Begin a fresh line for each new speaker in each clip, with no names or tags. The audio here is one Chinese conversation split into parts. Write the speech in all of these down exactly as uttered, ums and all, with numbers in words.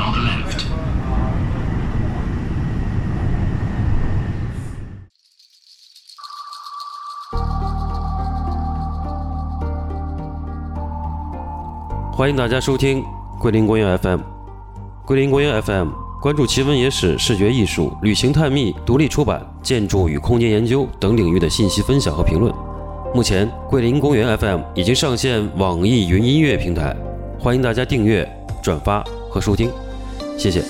on the left.
欢迎大家收听桂林公园 F M。 桂林公园 F M 关注奇闻野史、视觉艺术、旅行探秘、独立出版、建筑与空间研究等领域的信息分享和评论。目前桂林公园 F M 已经上线网易云音乐平台，欢迎大家订阅、转发和收听，谢谢。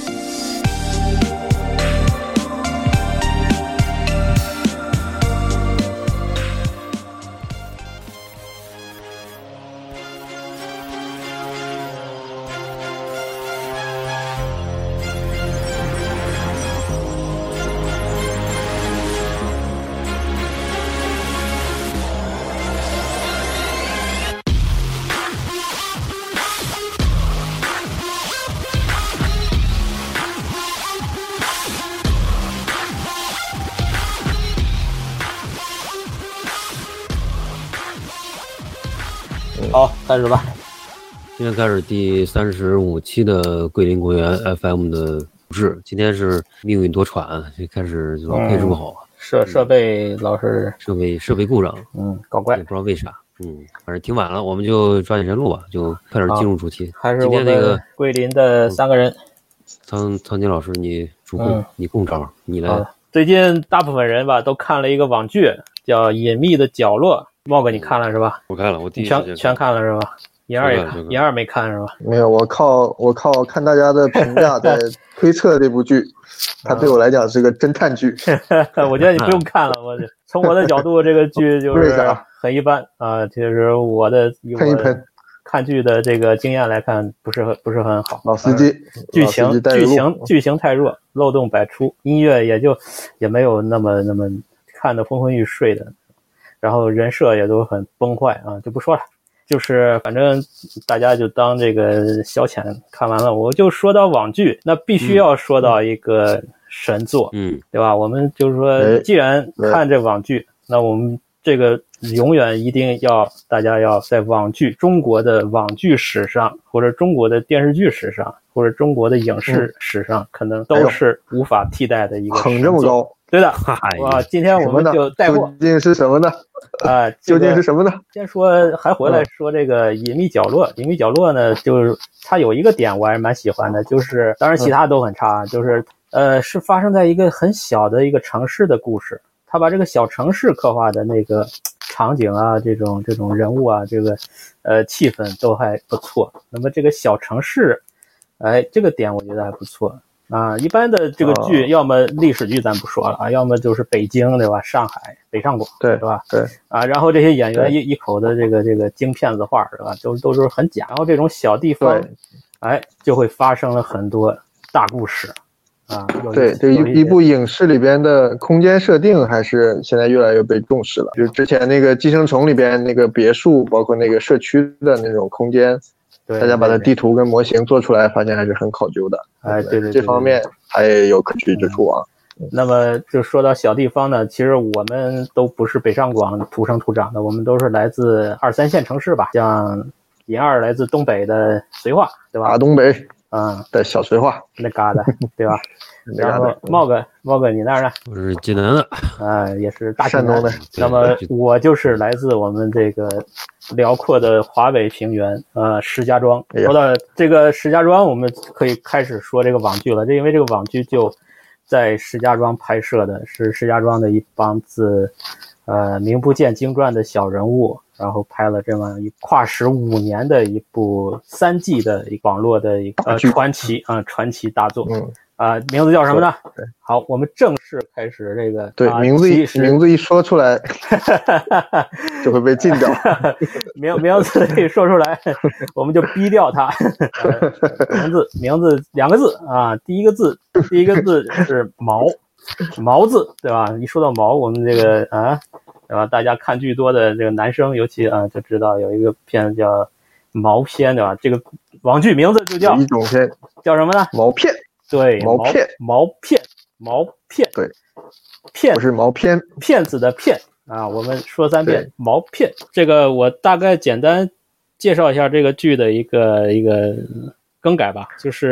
好，开始吧。
今天开始第三十五期的桂林公园 F M 的录制。今天是命运多舛，这开始就老配置不好，
嗯、设设备老是
设备设备故障，
嗯，搞怪，
也不知道为啥。嗯，反正挺晚了，我们就抓紧时间录吧，就快点进入主题。
还是我们桂林的三个人。
苍苍金老师，你主控，嗯、你控招，你来。
最近大部分人吧都看了一个网剧，叫《隐秘的角落》。茂哥，你看了是吧？
我看了，我第一时
间全全看了是吧？银二也看，银二没看是吧？
没有，我靠，我靠看大家的评价在推测这部剧，它对我来讲是个侦探剧。
我觉得你不用看了，我从我的角度，这个剧就是很一般啊。其实我的
喷一喷
看剧的这个经验来看，不是很不是很好。
老司机，
剧情剧情剧情太弱，漏洞百出，音乐也就也没有那么那么看得昏昏欲睡的。然后人设也都很崩坏啊，就不说了，就是反正大家就当这个消遣看完了。我就说到网剧，那必须要说到一个神作，
嗯，
对吧？我们就是说，既然看这网剧，那我们这个永远一定要大家要在网剧中国的网剧史上，或者中国的电视剧史上，或者中国的影视史上，嗯、可能都是无法替代的一个神作。
捧这么高。
对的，哇！今天我们就带货，
究竟是什么呢？
啊，
究竟是什么呢？
先说，还回来说这个隐秘角落。隐秘角落呢，就是它有一个点我还是蛮喜欢的，就是当然其他都很差，就是呃，是发生在一个很小的一个城市的故事。他把这个小城市刻画的那个场景啊，这种这种人物啊，这个呃气氛都还不错。那么这个小城市，哎，这个点我觉得还不错。啊，一般的这个剧，哦、要么历史剧咱不说了啊，要么就是北京对吧？上海、北上广
对
对吧？
对
啊，然后这些演员一一口的这个这个京片子话对吧？都都是很假。然后这种小地方，哎，就会发生了很多大故事啊。
对，这一一部影视里边的空间设定还是现在越来越被重视了。就之前那个《寄生虫》里边那个别墅，包括那个社区的那种空间。
对，
大家把它地图跟模型做出来，发现还是很考究的。
哎，对 对, 对, 对，
这方面还有可取之处啊。
嗯、那么就说到小地方呢，其实我们都不是北上广土生土长的，我们都是来自二三线城市吧，像银二来自东北的绥化，对吧？
大东北，
嗯，
的小绥化
那嘎达，对吧？然后茂哥，茂哥你那儿呢？
我是济南的，
啊、呃，也是大
山东的。
那么我就是来自我们这个辽阔的华北平原，呃，石家庄。
哎、
说到这个石家庄，我们可以开始说这个网剧了。这因为这个网剧就在石家庄拍摄的，是石家庄的一帮子呃名不见经传的小人物，然后拍了这么一跨时五年的一部三季的一网络的一个呃传奇啊、呃、传奇大作。
嗯。
啊、呃，名字叫什么呢？好，我们正式开始这个。
对，
啊、
名字一名字一说出来，就会被禁掉。
名名字一说出来，我们就逼掉它。呃、名字名字两个字啊，第一个字第一个字是毛，毛字对吧？一说到毛，我们这个啊，对吧？大家看剧多的这个男生，尤其啊就知道有一个片子叫毛片，对吧？这个网剧名字就叫
一种片，
叫什么呢？
毛片。
对，
毛片，
毛片，毛片，
对，
骗
不是毛片，
骗子的骗啊！我们说三遍，毛片。这个我大概简单介绍一下这个剧的一个一个更改吧，就是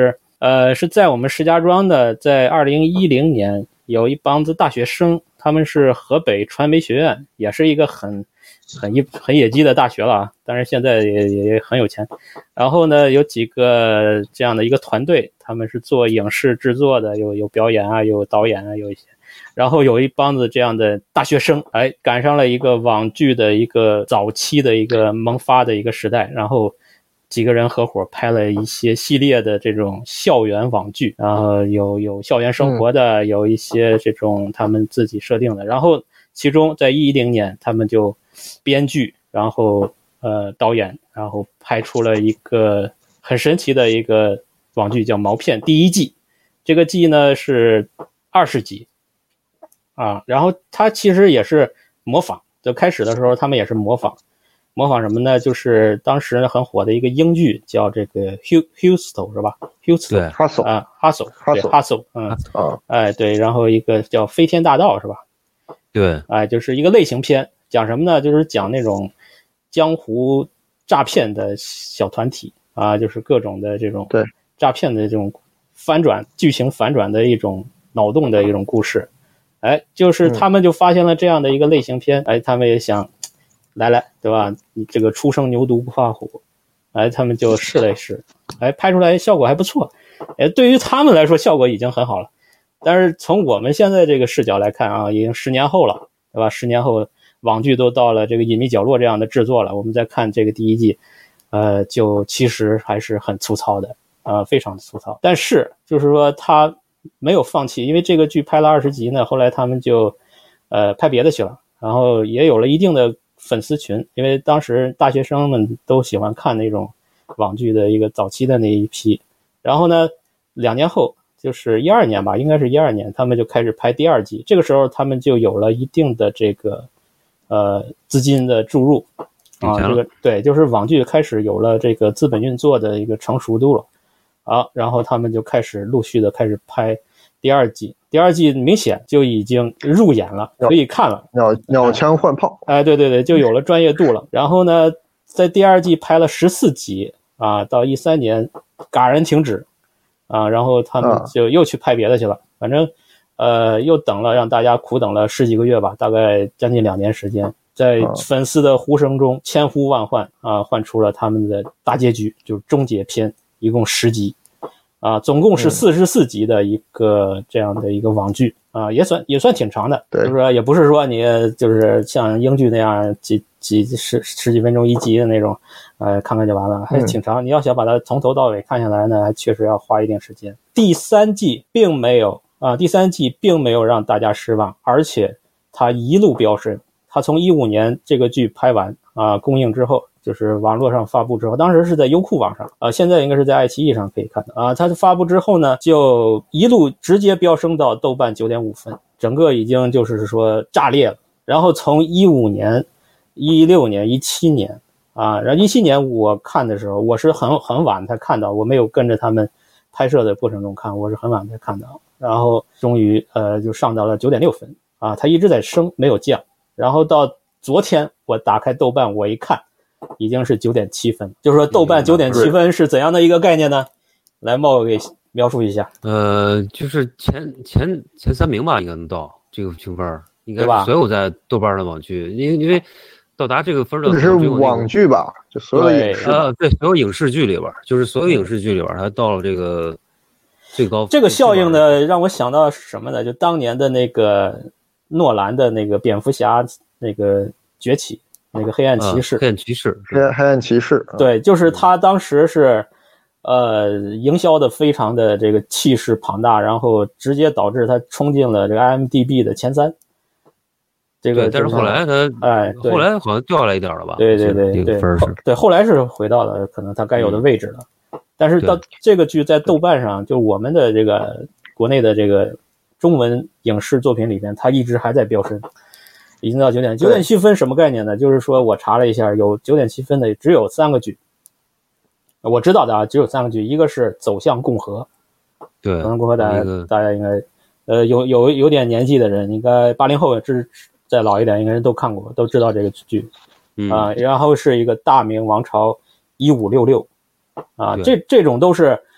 呃，是在我们石家庄的，在二零一零年有一帮子大学生，他们是河北传媒学院，也是一个很很一很野鸡的大学了啊，但是现在也也很有钱。然后呢，有几个这样的一个团队，他们是做影视制作的，有有表演啊，有导演啊，有一些。然后有一帮子这样的大学生，哎，赶上了一个网剧的一个早期的一个萌发的一个时代，然后几个人合伙拍了一些系列的这种校园网剧，然后有有校园生活的，嗯、有一些这种他们自己设定的，然后其中在一零年他们就编剧，然后呃导演，然后拍出了一个很神奇的一个网剧叫《毛片》第一季，这个季呢是二十集。啊，然后他其实也是模仿，就开始的时候他们也是模仿，模仿什么呢？就是当时很火的一个英剧叫这个 Hustle 是吧 ？Hustle
对 ，Hustle
啊 ，Hustle 对 Hustle 嗯啊，哎对，然后一个叫飞天大盗是吧？
对，
哎，就是一个类型片，讲什么呢？就是讲那种江湖诈骗的小团体啊，就是各种的这种
对
诈骗的这种反转剧情反转的一种脑洞的一种故事。哎，就是他们就发现了这样的一个类型片，哎，他们也想来来，对吧？你这个初生牛犊不怕虎，哎，他们就试了一试，哎，拍出来效果还不错，哎，对于他们来说效果已经很好了。但是从我们现在这个视角来看啊，已经十年后了，对吧？十年后网剧都到了这个隐秘角落这样的制作了，我们再看这个第一季，呃，就其实还是很粗糙的，呃，非常的粗糙。但是就是说他没有放弃，因为这个剧拍了二十集呢，后来他们就呃拍别的去了，然后也有了一定的粉丝群，因为当时大学生们都喜欢看那种网剧的一个早期的那一批。然后呢，两年后就是一二年吧，应该是一二年，他们就开始拍第二季，这个时候他们就有了一定的这个呃资金的注入啊，这个对，就是网剧开始有了这个资本运作的一个成熟度了。好，然后他们就开始陆续的开始拍第二季，第二季明显就已经入眼了，可以看了，
鸟鸟枪换炮，
哎，对对对，就有了专业度了。然后呢，在第二季拍了十四集啊，到一三年戛然停止啊，然后他们就又去拍别的去了，反正呃又等了，让大家苦等了十几个月吧，大概将近两年时间，在粉丝的呼声中千呼万唤啊，唤出了他们的大结局，就是终结篇。一共十集，啊，总共是四十四集的一个这样的一个网剧啊，也算也算挺长的，就是说也不是说你就是像英剧那样几几十十几分钟一集的那种，呃，看看就完了，还挺长。你要想把它从头到尾看下来呢，还确实要花一定时间。第三季并没有啊，第三季并没有让大家失望，而且它一路飙升。它从一五年这个剧拍完啊，公映之后。就是网络上发布之后，当时是在优酷网上啊，现在应该是在爱奇艺上可以看的啊。它发布之后呢，就一路直接飙升到豆瓣 九点五 分，整个已经就是说炸裂了。然后从一五年、一六年、一七年啊，然后一七年我看的时候，我是很很晚才看到，我没有跟着他们拍摄的过程中看，我是很晚才看到。然后终于呃就上到了 九点六 分啊，它一直在升，没有降。然后到昨天我打开豆瓣，我一看。已经是 九点七 分，就是说豆瓣 九点七 分是怎样的一个概念呢？来，茂给描述一下。
呃，就是前前前三名吧，应该能到这个评分，应该是所有在豆瓣的网剧，因为因为到达这个分的
只是网剧吧，就所有的影视，
呃，对，所有影视剧里边，就是所有影视剧里边，它到了这个最高。
这个效应呢，让我想到什么呢？就当年的那个诺兰的那个蝙蝠侠那个崛起。那个黑暗骑士、
啊、黑暗骑士
黑黑暗骑士
对，就是他当时是呃营销的非常的这个气势庞大，然后直接导致他冲进了这个 I M D B 的前三。这个
但是后来他
哎，
后来好像掉下来一点了吧？
对对对对，
这个分是
对，后来是回到了可能他该有的位置了。嗯、但是到这个剧在豆瓣上，就我们的这个国内的这个中文影视作品里边，它一直还在飙升。已经到九点九点七分，什么概念呢？就是说我查了一下，有九点七分的只有三个剧，我知道的啊，只有三个剧，一个是《走向共和》，
对，
走向共和大家、那个、大家应该，呃，有有有点年纪的人，应该八零后至再老一点，应该都看过，都知道这个剧，
嗯
啊、呃，然后是一个《大明王朝一五六六》，啊，这这种都是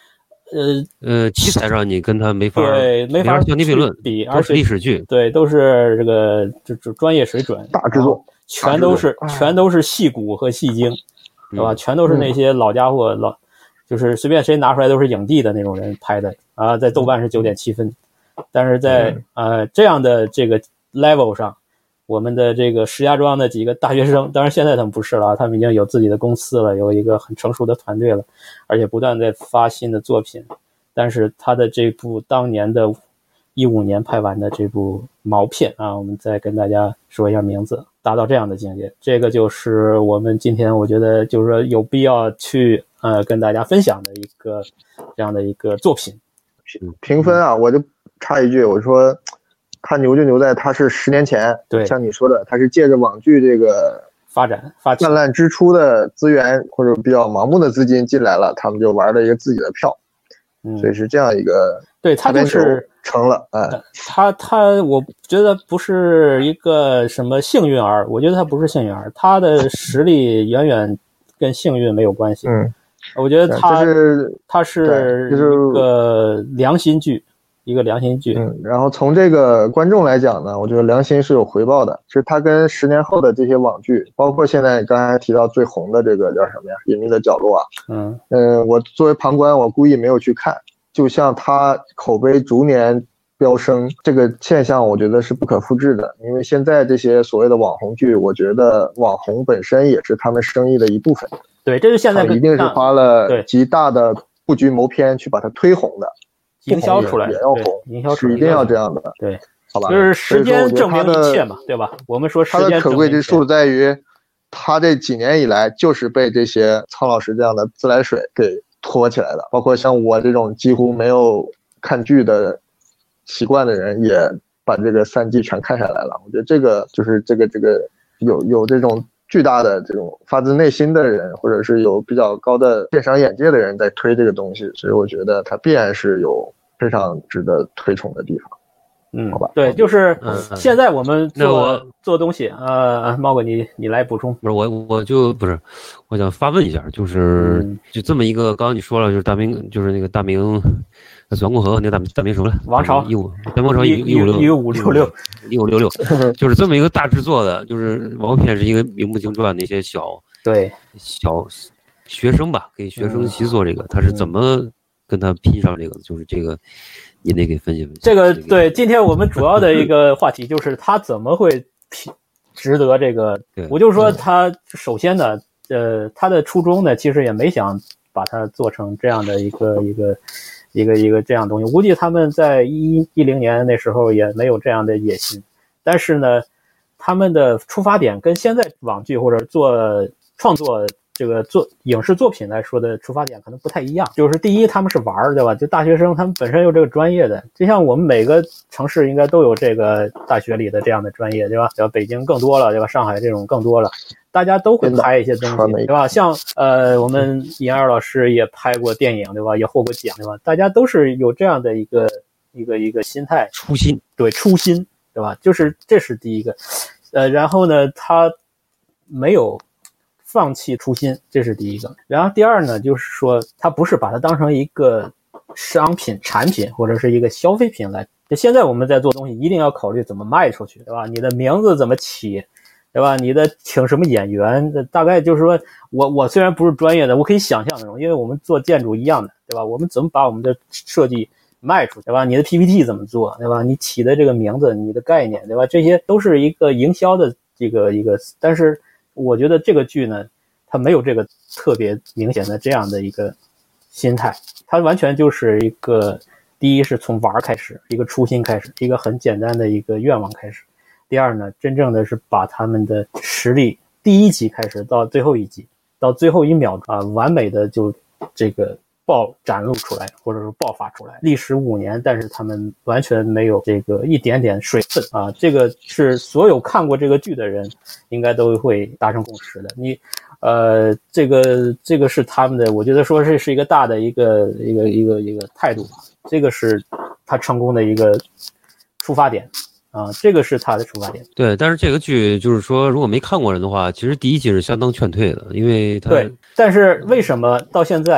呃
呃，题材上你跟他没法
对没法
相提并论，
比，
都是历史剧，
对，都是这个这这专业水准，
大制作，
全都是全都是戏骨和戏精，对吧？全都是那些老家伙，老就是随便谁拿出来都是影帝的那种人拍的啊，在豆瓣是九点七分，但是在呃这样的这个 level 上。我们的这个石家庄的几个大学生，当然现在他们不是了，他们已经有自己的公司了，有一个很成熟的团队了，而且不断在发新的作品。但是他的这部当年的一五年拍完的这部毛片啊，我们再跟大家说一下名字，达到这样的境界，这个就是我们今天我觉得就是说有必要去呃跟大家分享的一个这样的一个作品。
评分啊，我就插一句，我说。它牛就牛在它是十年前，
对，
像你说的，它是借着网剧这个
发展发
泛滥支出的资源或者比较盲目的资金进来了，他们就玩了一个自己的票，嗯，所以是这样一个，
对，它就是
成了，哎，
他他我觉得不是一个什么幸运儿，我觉得他不是幸运儿，他的实力远远跟幸运没有关系，
嗯，
我觉得他
是
他是一个良心剧。一个良心剧，
嗯，然后从这个观众来讲呢，我觉得良心是有回报的。其实它跟十年后的这些网剧，包括现在刚才提到最红的这个叫什么呀，《隐秘的角落》啊，
嗯
嗯、呃，我作为旁观，我故意没有去看，就像它口碑逐年飙升这个现象，我觉得是不可复制的。因为现在这些所谓的网红剧，我觉得网红本身也是他们生意的一部分。
对，这是现在
一定是花了极大的布局谋篇去把它推红的。
营销出来
也要红，
营销
是一定要这样的，
对，
好吧？
就是时间证明一切嘛，对吧？我们说时间
它的可贵之处在于，它这几年以来就是被这些苍老师这样的自来水给拖起来的，包括像我这种几乎没有看剧的习惯的人，也把这个三季全看下来了。我觉得这个就是这个这个有有这种巨大的这种发自内心的人，或者是有比较高的鉴赏眼界的人在推这个东西，所以我觉得它必然是有非常值得推崇的地方。
嗯，
好吧，
对，就是现在我们做、
嗯、我
做东西，呃，猫哥你你来补充。
不是我我就不是，我想发问一下，就是、嗯、就这么一个，刚刚你说了，就是大明，就是那个大明，转共和那个大大明什么了？
王朝
一五，大王朝一
一五六一五六六
一五六六，就是这么一个大制作的，就是王片是一个名不经传的一些小
对
小学生吧，给学生习做这个，嗯、他是怎么跟他拼上这个？就是这个。你得给分析分析
这个对，今天我们主要的一个话题就是他怎么会值得这个？我就说他首先呢，呃，他的初衷呢，其实也没想把它做成这样的一个一个一个一个这样东西。我估计他们在一一零年那时候也没有这样的野心，但是呢，他们的出发点跟现在网剧或者做创作。这个做影视作品来说的出发点可能不太一样，就是第一他们是玩儿，对吧？就大学生他们本身有这个专业的，就像我们每个城市应该都有这个大学里的这样的专业，对吧？对吧？北京更多了，对吧？上海这种更多了，大家都会拍一些东西，对吧？像呃我们尹二老师也拍过电影，对吧？也获过奖，对吧？大家都是有这样的一个一个一个心态，
初心，
对，初心，对吧？就是这是第一个，呃，然后呢，他没有。放弃初心，这是第一个。然后第二呢，就是说他不是把它当成一个商品、产品或者是一个消费品来。就现在我们在做东西，一定要考虑怎么卖出去，对吧？你的名字怎么起，对吧？你的请什么演员，大概就是说我我虽然不是专业的，我可以想象那种，因为我们做建筑一样的，对吧？我们怎么把我们的设计卖出去，对吧？你的 P P T 怎么做，对吧？你起的这个名字，你的概念，对吧？这些都是一个营销的这个一个，但是。我觉得这个剧呢，它没有这个特别明显的这样的一个心态，它完全就是一个第一是从玩开始，一个初心开始，一个很简单的一个愿望开始。第二呢，真正的是把他们的实力，第一集开始到最后一集，到最后一秒啊，完美的就这个爆展露出来，或者说爆发出来。历时五年，但是他们完全没有这个一点点水分啊！这个是所有看过这个剧的人应该都会达成共识的。你，呃，这个这个是他们的，我觉得说这是一个大的一个一个一个一个态度吧。这个是他成功的一个出发点啊，这个是他的出发点。
对，但是这个剧就是说，如果没看过人的话，其实第一集是相当劝退的，因为他
对。但是为什么到现在？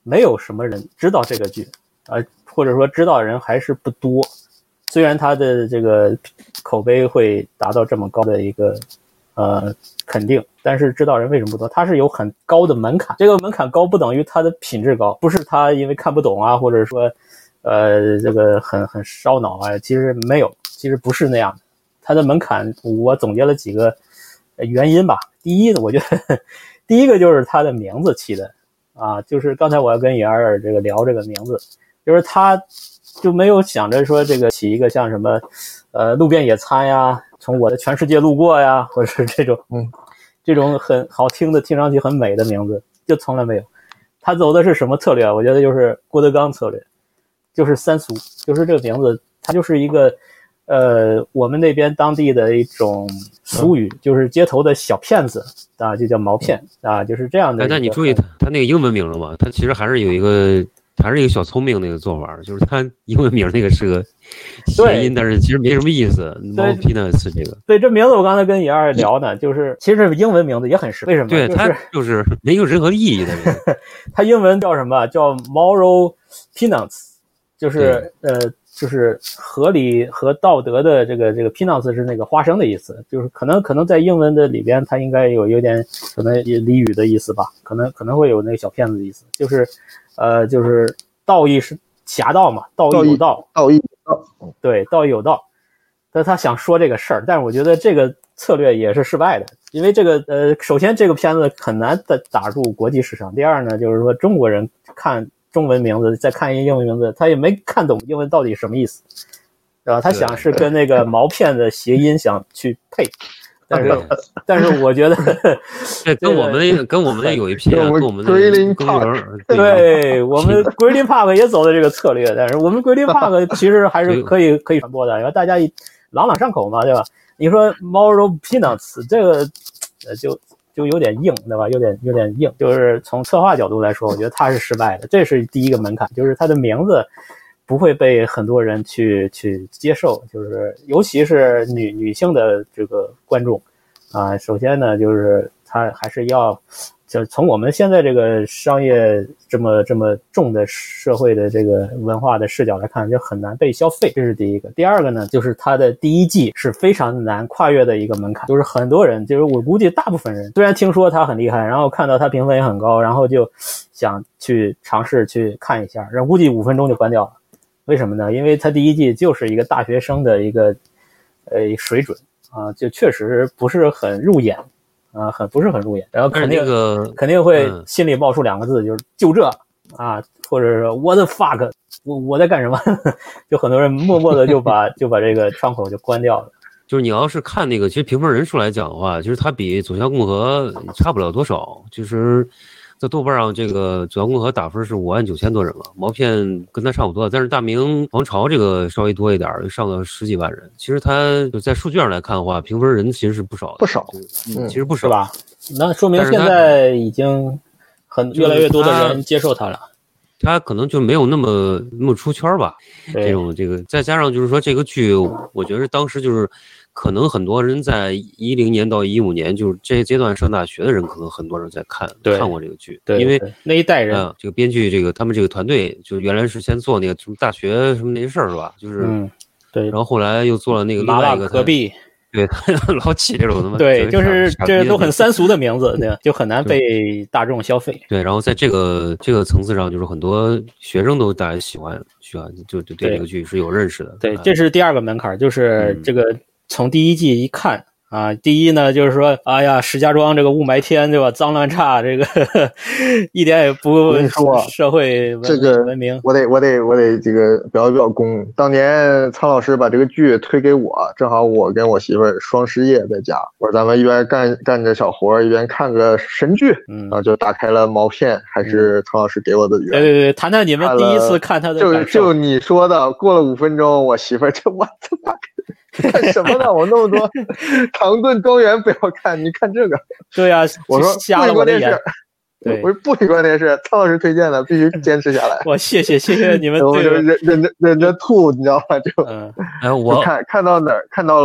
没有什么人知道这个剧啊、呃，或者说知道的人还是不多。虽然它的这个口碑会达到这么高的一个呃肯定，但是知道人为什么不多？它是有很高的门槛，这个门槛高不等于它的品质高，不是它因为看不懂啊，或者说呃这个很很烧脑啊，其实没有，其实不是那样的。它的门槛我总结了几个原因吧。第一呢，我觉得第一个就是它的名字起的啊，就是刚才我要跟野二这个聊这个名字，就是它就没有想着说这个起一个像什么呃路边野餐呀，从我的全世界路过呀，或者是这种嗯这种很好听的听上去很美的名字，就从来没有。他走的是什么策略？我觉得就是郭德纲策略，就是三俗，就是这个名字它就是一个呃我们那边当地的一种俗语，就是街头的小骗子啊，就叫毛骗啊，就是这样的。
但你注意他他那个英文名了吗？他其实还是有一个还是一个小聪明那个做法，就是他英文名那个是个谐音，但是其实没什么意思。毛 peanuts 这个，
对这名字我刚才跟野二聊呢，就是其实英文名字也很适合，为什么？
对，它、就是、就是没有任何意义的。
它英文叫什么？叫 moral peanuts， 就是呃就是合理和道德的这个这个 peanuts 是那个花生的意思，就是可能可能在英文的里边它应该有有点可能俚语的意思吧，可能可能会有那个小骗子的意思，就是。呃，就是道义是侠道嘛，道义有道，
道义有道，
对，道义有道。但他想说这个事儿，但是我觉得这个策略也是失败的，因为这个呃，首先这个片子很难的打入国际市场。第二呢，就是说中国人看中文名字，再看一英文名字，他也没看懂英文到底什么意思，对吧？他想是跟那个毛片的谐音想去配。但是，但是我觉得，
这跟我们的跟我们的有一拼，跟我们的
桂林 Park，
对我们桂林 Park 也走的这个策略，但是我们桂林 Park 其实还是可以可以传播的，因为大家朗朗上口嘛，对吧？你说 moral peanuts 这个呃就就有点硬，对吧？有点有点硬，就是从策划角度来说，我觉得它是失败的，这是第一个门槛，就是它的名字不会被很多人去去接受，就是尤其是女女性的这个观众啊。首先呢，就是他还是要，就从我们现在这个商业这么这么重的社会的这个文化的视角来看，就很难被消费，这是第一个。第二个呢，就是它的第一季是非常难跨越的一个门槛，就是很多人，就是我估计大部分人虽然听说它很厉害，然后看到它评分也很高，然后就想去尝试去看一下，然后估计五分钟就关掉了。为什么呢？因为他第一季就是一个大学生的一个呃水准啊，就确实不是很入眼啊，很不是很入眼。然后肯定、
那个、
肯定会心里冒出两个字，就是就这啊，或者是 what the fuck， 我我在干什么？就很多人默默的就把就把这个窗口就关掉了。
就是你要是看那个，其实评分人数来讲的话，其实它比走向共和差不了多少，就是。在豆瓣上，这个走向共和打分是五万九千多人了，毛片跟他差不多，但是大明王朝这个稍微多一点，上了十几万人。其实他就在数据上来看的话，评分人其实是不少的，
不少，
嗯，其实不少
吧？那说明现在已经很越来越多的人接受他了。
他可能就没有那么那么出圈吧，这种这个再加上就是说这个剧，我觉得当时就是。可能很多人在一零年到一五年，就是这些阶段上大学的人，可能很多人在看看过这个剧，
对，
因为
那一代人、
呃，这个编剧这个他们这个团队，就原来是先做那个什么大学什么那些事儿是吧？就是，
嗯，对，
然后后来又做了那个另外一个
隔壁，
对，老起这种他妈
对，就是这都很三俗的名字，对吧？就很难被大众消费。
对，然后在这个这个层次上，就是很多学生都大家喜欢，喜欢就就对这个剧是有认识的。
对，这是第二个门槛，就是这个。从第一季一看啊，第一呢就是说，哎呀，石家庄这个雾霾天，对吧？脏乱差，这个呵呵一点也不社会文
这个
文明。
我得我得我得这个表一表功。当年苍老师把这个剧推给我，正好我跟我媳妇儿双失业在家，我说咱们一边干干着小活，一边看个神剧，嗯，然后就打开了毛片，还是苍老师给我的源。
对对对，谈谈你们第一次看他的
感受。就就你说的，过了五分钟，我媳妇儿就我他妈。看什么呢？我那么多唐顿庄园不要看，你看这个。
对啊，
我说
瞎了我的眼。
对，我说不许关电视，苍老师推荐的，必须坚持下来。
我谢谢谢谢你们。
我就忍忍着忍着吐，你知道吗？就，
嗯，哎，我
看看到哪儿看到了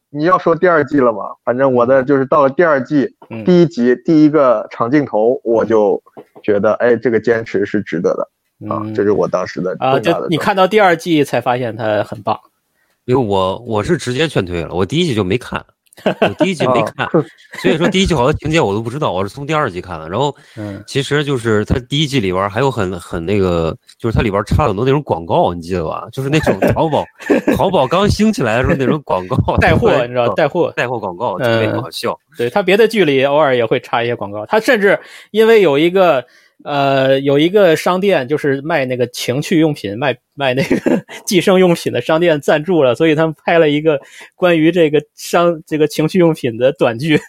你要说第二季了嘛，反正我的就是到了第二季、
嗯、
第一集第一个长镜头，我就觉得哎，这个坚持是值得的、嗯、啊，这是我当时的重大的
啊，就你看到第二季才发现它很棒。
因为我我是直接劝退了，我第一季就没看。我第一集没看，所以说第一季好多情节我都不知道，我是从第二季看的。然后，其实就是它第一季里边还有很很那个，就是它里边插了很多那种广告，你记得吧？就是那种淘宝，淘宝刚兴起来的时候那种广告，
带货，你知道带货
带货广告特别好笑。
嗯、对，它别的剧里偶尔也会插一些广告，它甚至因为有一个。呃，有一个商店就是卖那个情趣用品，卖卖那个计生用品的商店赞助了，所以他们拍了一个关于这个商这个情趣用品的短剧，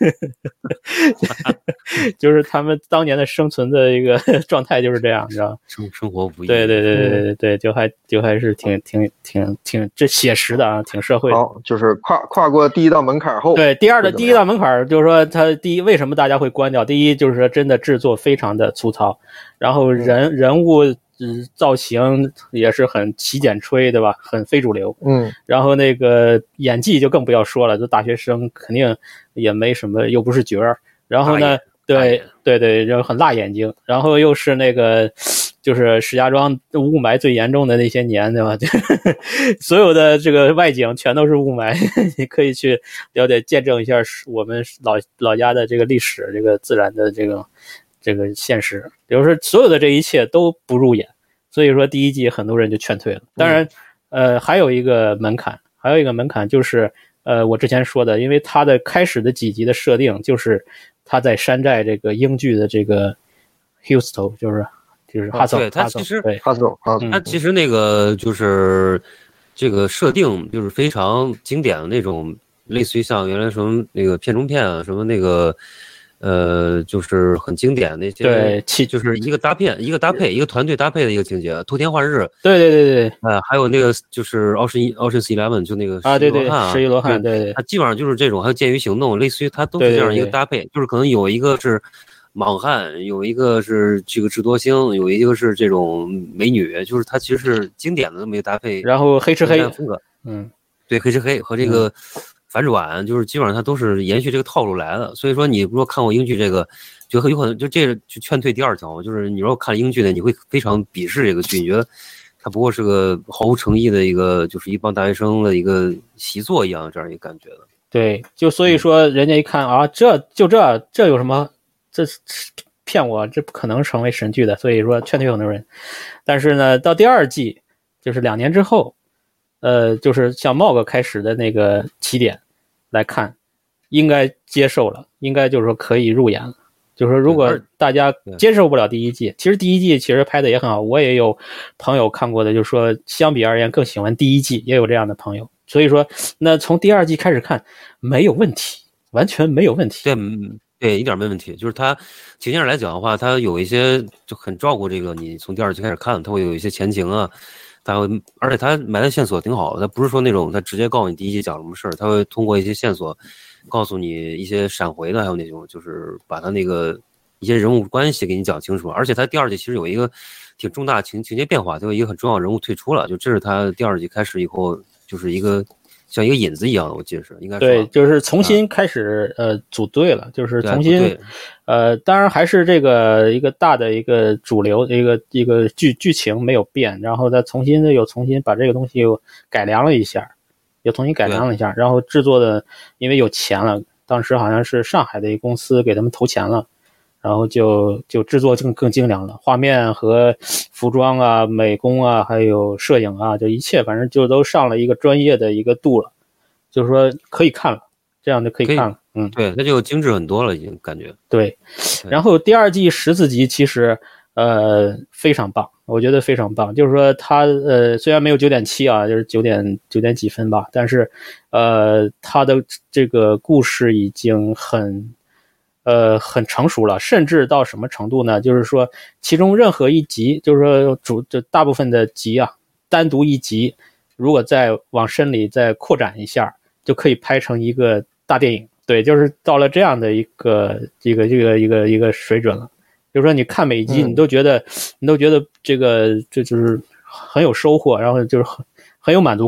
就是他们当年的生存的一个状态就是这样，你知道吗？
生生活不易。
对对对对对对，就还就还是挺挺挺挺这写实的啊，挺社会的。
好，就是跨跨过第一道门槛后，
对，第二的第一道门槛就是说，它第一为什么大家会关掉？第一就是说，真的制作非常的粗糙。然后人人物、嗯、造型也是很洗剪吹，对吧？很非主流。
嗯。
然后那个演技就更不要说了，就大学生肯定也没什么，又不是角儿。然后呢，对对对，然后很辣眼睛。然后又是那个，就是石家庄雾霾最严重的那些年，对吧？所有的这个外景全都是雾霾，你可以去了解见证一下我们老老家的这个历史，这个自然的这个。这个现实，比如说所有的这一切都不入眼，所以说第一季很多人就劝退了。当然，呃，还有一个门槛，还有一个门槛就是，呃，我之前说的，因为它的开始的几集的设定就是他在山寨这个英剧的这个 Hustle， 就是就是哈森，
对，他其实
哈森，
他其实那个就是这个设定就是非常经典的那种，类似于像原来什么那个片中片啊，什么那个。呃，就是很经典的那些，
对，
就是一个搭片，一个搭配，一个团队搭配的一个情节，偷天换日，
对对对对，
呃，还有那个就是奥神奥神 Eleven， 就那个
啊，对对，
十一罗汉，
对对，
它基本上就是这种，还有剑鱼行动，类似于它都是这样一个搭配，
对对对
就是可能有一个是莽汉，有一个是这个智多星，有一个是这种美女，就是它其实是经典的那么一个搭配，
然后黑吃黑
风格，
嗯，
对，黑吃黑和这个。嗯反转就是基本上它都是延续这个套路来的，所以说你如果看过英剧这个，就有可能就这个就劝退第二条，就是你如果看英剧呢，你会非常鄙视这个剧，你觉得它不过是个毫无诚意的一个，就是一帮大学生的一个习作一样这样一个感觉的。
对，就所以说人家一看啊，这就这这有什么，这骗我，这不可能成为神剧的，所以说劝退很多人。但是呢，到第二季就是两年之后。呃，就是像茂哥开始的那个起点来看，应该接受了，应该就是说可以入眼了。就是说，如果大家接受不了第一季，其实第一季其实拍的也很好，我也有朋友看过的，就是说相比而言更喜欢第一季，也有这样的朋友。所以说，那从第二季开始看没有问题，完全没有问题。
对，对，一点没问题。就是它情节上来讲的话，它有一些就很照顾这个，你从第二季开始看，它会有一些前情啊。他会，而且他埋的线索挺好的，他不是说那种他直接告诉你第一集讲什么事儿，他会通过一些线索告诉你一些闪回的，还有那种就是把他那个一些人物关系给你讲清楚。而且他第二季其实有一个挺重大的情情节变化，就有一个很重要的人物退出了，就这是他第二季开始以后就是一个像一个引子一样的，我记得是应该是
对，就是重新开始、啊、呃组队了，就是重新呃，当然还是这个一个大的一个主流一个一个剧剧情没有变，然后再重新的又重新把这个东西又改良了一下，又重新改良了一下，然后制作的因为有钱了，当时好像是上海的一个公司给他们投钱了。然后就就制作更更精良了，画面和服装啊、美工啊，还有摄影啊，就一切反正就都上了一个专业的一个度了，就是说可以看了，这样就可以看了。嗯，
对，那就精致很多了，已经感觉。
对，然后第二季十四集其实呃非常棒，我觉得非常棒，就是说它呃虽然没有九点七啊，就是九点九点几分吧，但是呃它的这个故事已经很。呃，很成熟了，甚至到什么程度呢？就是说，其中任何一集，就是说主就大部分的集啊，单独一集，如果再往深里再扩展一下，就可以拍成一个大电影。对，就是到了这样的一个一个这个一个一个水准了。就是说，你看每一集，你都觉得、嗯、你都觉得这个这就是很有收获，然后就是很很有满足感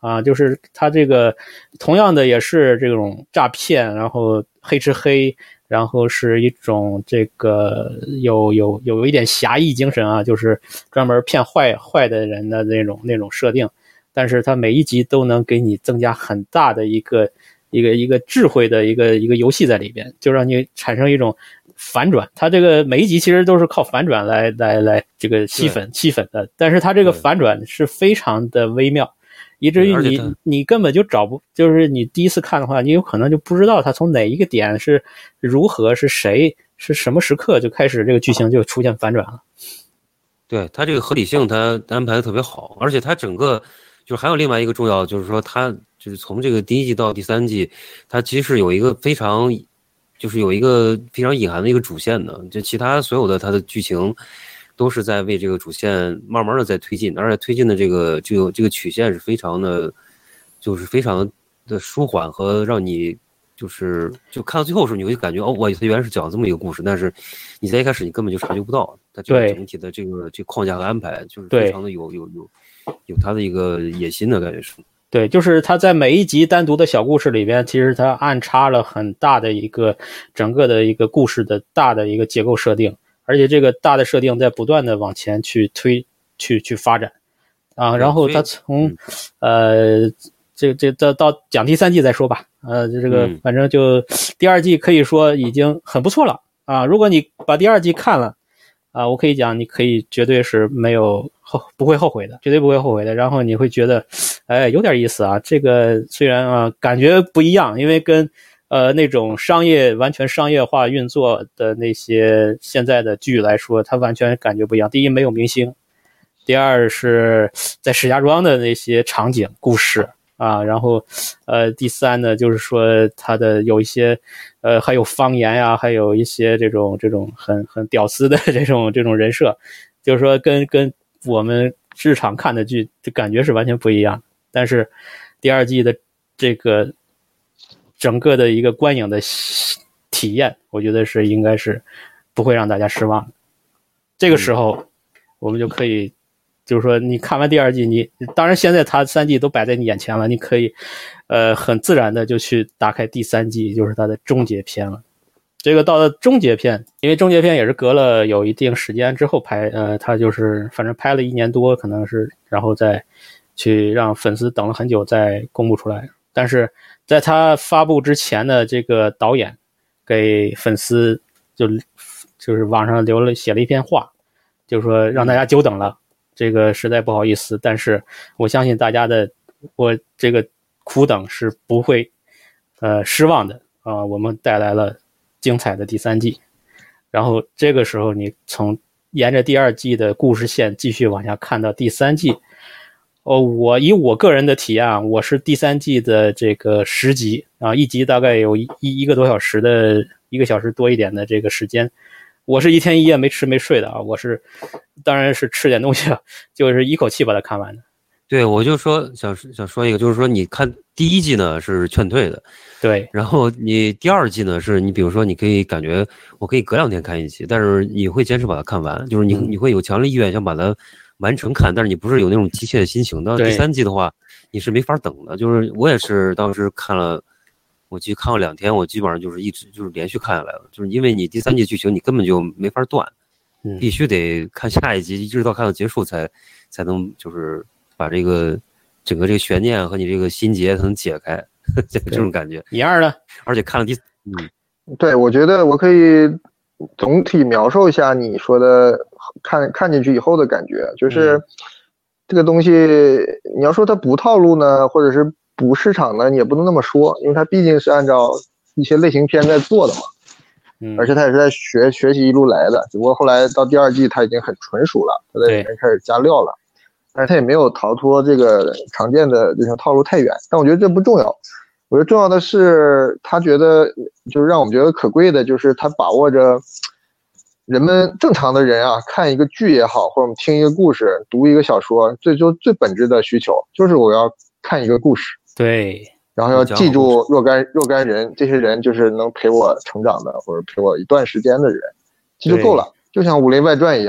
啊，就是他这个同样的也是这种诈骗，然后黑吃黑，然后是一种这个有有有一点侠义精神啊，就是专门骗坏坏的人的那种那种设定，但是他每一集都能给你增加很大的一个一个一个智慧的一个一个游戏在里边，就让你产生一种反转。他这个每一集其实都是靠反转来来来这个吸粉吸粉的，但是他这个反转是非常的微妙。以至于你你根本就找不，就是你第一次看的话，你有可能就不知道他从哪一个点是如何是谁是什么时刻就开始这个剧情就出现反转了。
对，他这个合理性他安排的特别好，而且他整个就是还有另外一个重要，就是说他就是从这个第一季到第三季，他其实有一个非常就是有一个非常隐含的一个主线的，就其他所有的他的剧情都是在为这个主线慢慢的在推进，而且推进的这个这个这个曲线是非常的，就是非常的舒缓和让你就是就看到最后的时候，你会感觉哦，我它原来是讲这么一个故事，但是你在一开始你根本就察觉不到，它这个整体的这个这个框架和安排就是非常的有有有有它的一个野心的感觉是。
对，就是他在每一集单独的小故事里边，其实他暗插了很大的一个整个的一个故事的大的一个结构设定。而且这个大的设定在不断的往前去推去去发展啊，然后他从、嗯、呃这这到到讲第三季再说吧，呃这个反正就第二季可以说已经很不错了啊，如果你把第二季看了啊，我可以讲你可以绝对是没有后不会后悔的，绝对不会后悔的，然后你会觉得哎有点意思啊，这个虽然啊感觉不一样，因为跟呃，那种商业完全商业化运作的那些现在的剧来说，它完全感觉不一样。第一，没有明星；第二是在石家庄的那些场景、故事啊，然后呃，第三呢，就是说它的有一些呃，还有方言呀、啊，还有一些这种这种很很屌丝的这种这种人设，就是说跟跟我们日常看的剧的感觉是完全不一样。但是第二季的这个。整个的一个观影的体验，我觉得是应该是不会让大家失望的。这个时候，我们就可以，就是说，你看完第二季，你当然现在它三季都摆在你眼前了，你可以，呃，很自然的就去打开第三季，就是它的终结篇了。这个到了终结篇，因为终结篇也是隔了有一定时间之后拍，呃，它就是反正拍了一年多，可能是，然后再去让粉丝等了很久再公布出来，但是。在他发布之前的这个导演给粉丝就就是网上留了写了一篇话，就是说让大家久等了，这个实在不好意思，但是我相信大家的我这个苦等是不会呃失望的啊、呃，我们带来了精彩的第三季，然后这个时候你从沿着第二季的故事线继续往下看到第三季。哦，我以我个人的体验啊，我是第三季的这个十集啊，一集大概有一一个多小时的，一个小时多一点的这个时间，我是一天一夜没吃没睡的啊，我是当然是吃点东西了，就是一口气把它看完的。
对，我就说想想说一个，就是说你看第一季呢是劝退的，
对，
然后你第二季呢是你比如说你可以感觉我可以隔两天看一集，但是你会坚持把它看完，就是你你会有强烈意愿想把它完成看，但是你不是有那种急切的心情。到第三季的话，你是没法等的。就是我也是当时看了，我记得看了两天，我基本上就是一直就是连续看下来了。就是因为你第三季剧情你根本就没法断，
嗯，必
须得看下一集，一直到看到结束才才能就是把这个整个这个悬念和你这个心结才能解开，这这种感觉。
一样的，
而且看了第嗯，
对，我觉得我可以总体描述一下你说的看看进去以后的感觉，就是这个东西你要说它不套路呢，或者是不市场呢，你也不能那么说，因为它毕竟是按照一些类型片在做的嘛，
嗯，
而且它也是在学学习一路来的，只不过后来到第二季它已经很纯熟了，它在里面开始加料了，但是它也没有逃脱这个常见的这种套路太远，但我觉得这不重要。我觉得重要的是，他觉得就是让我们觉得可贵的，就是他把握着人们正常的人啊，看一个剧也好，或者我们听一个故事、读一个小说，最终最本质的需求就是我要看一个故事，
对，
然后要记住若干若干人，这些人就是能陪我成长的，或者陪我一段时间的人，这就够了，就像《武林外传》一样。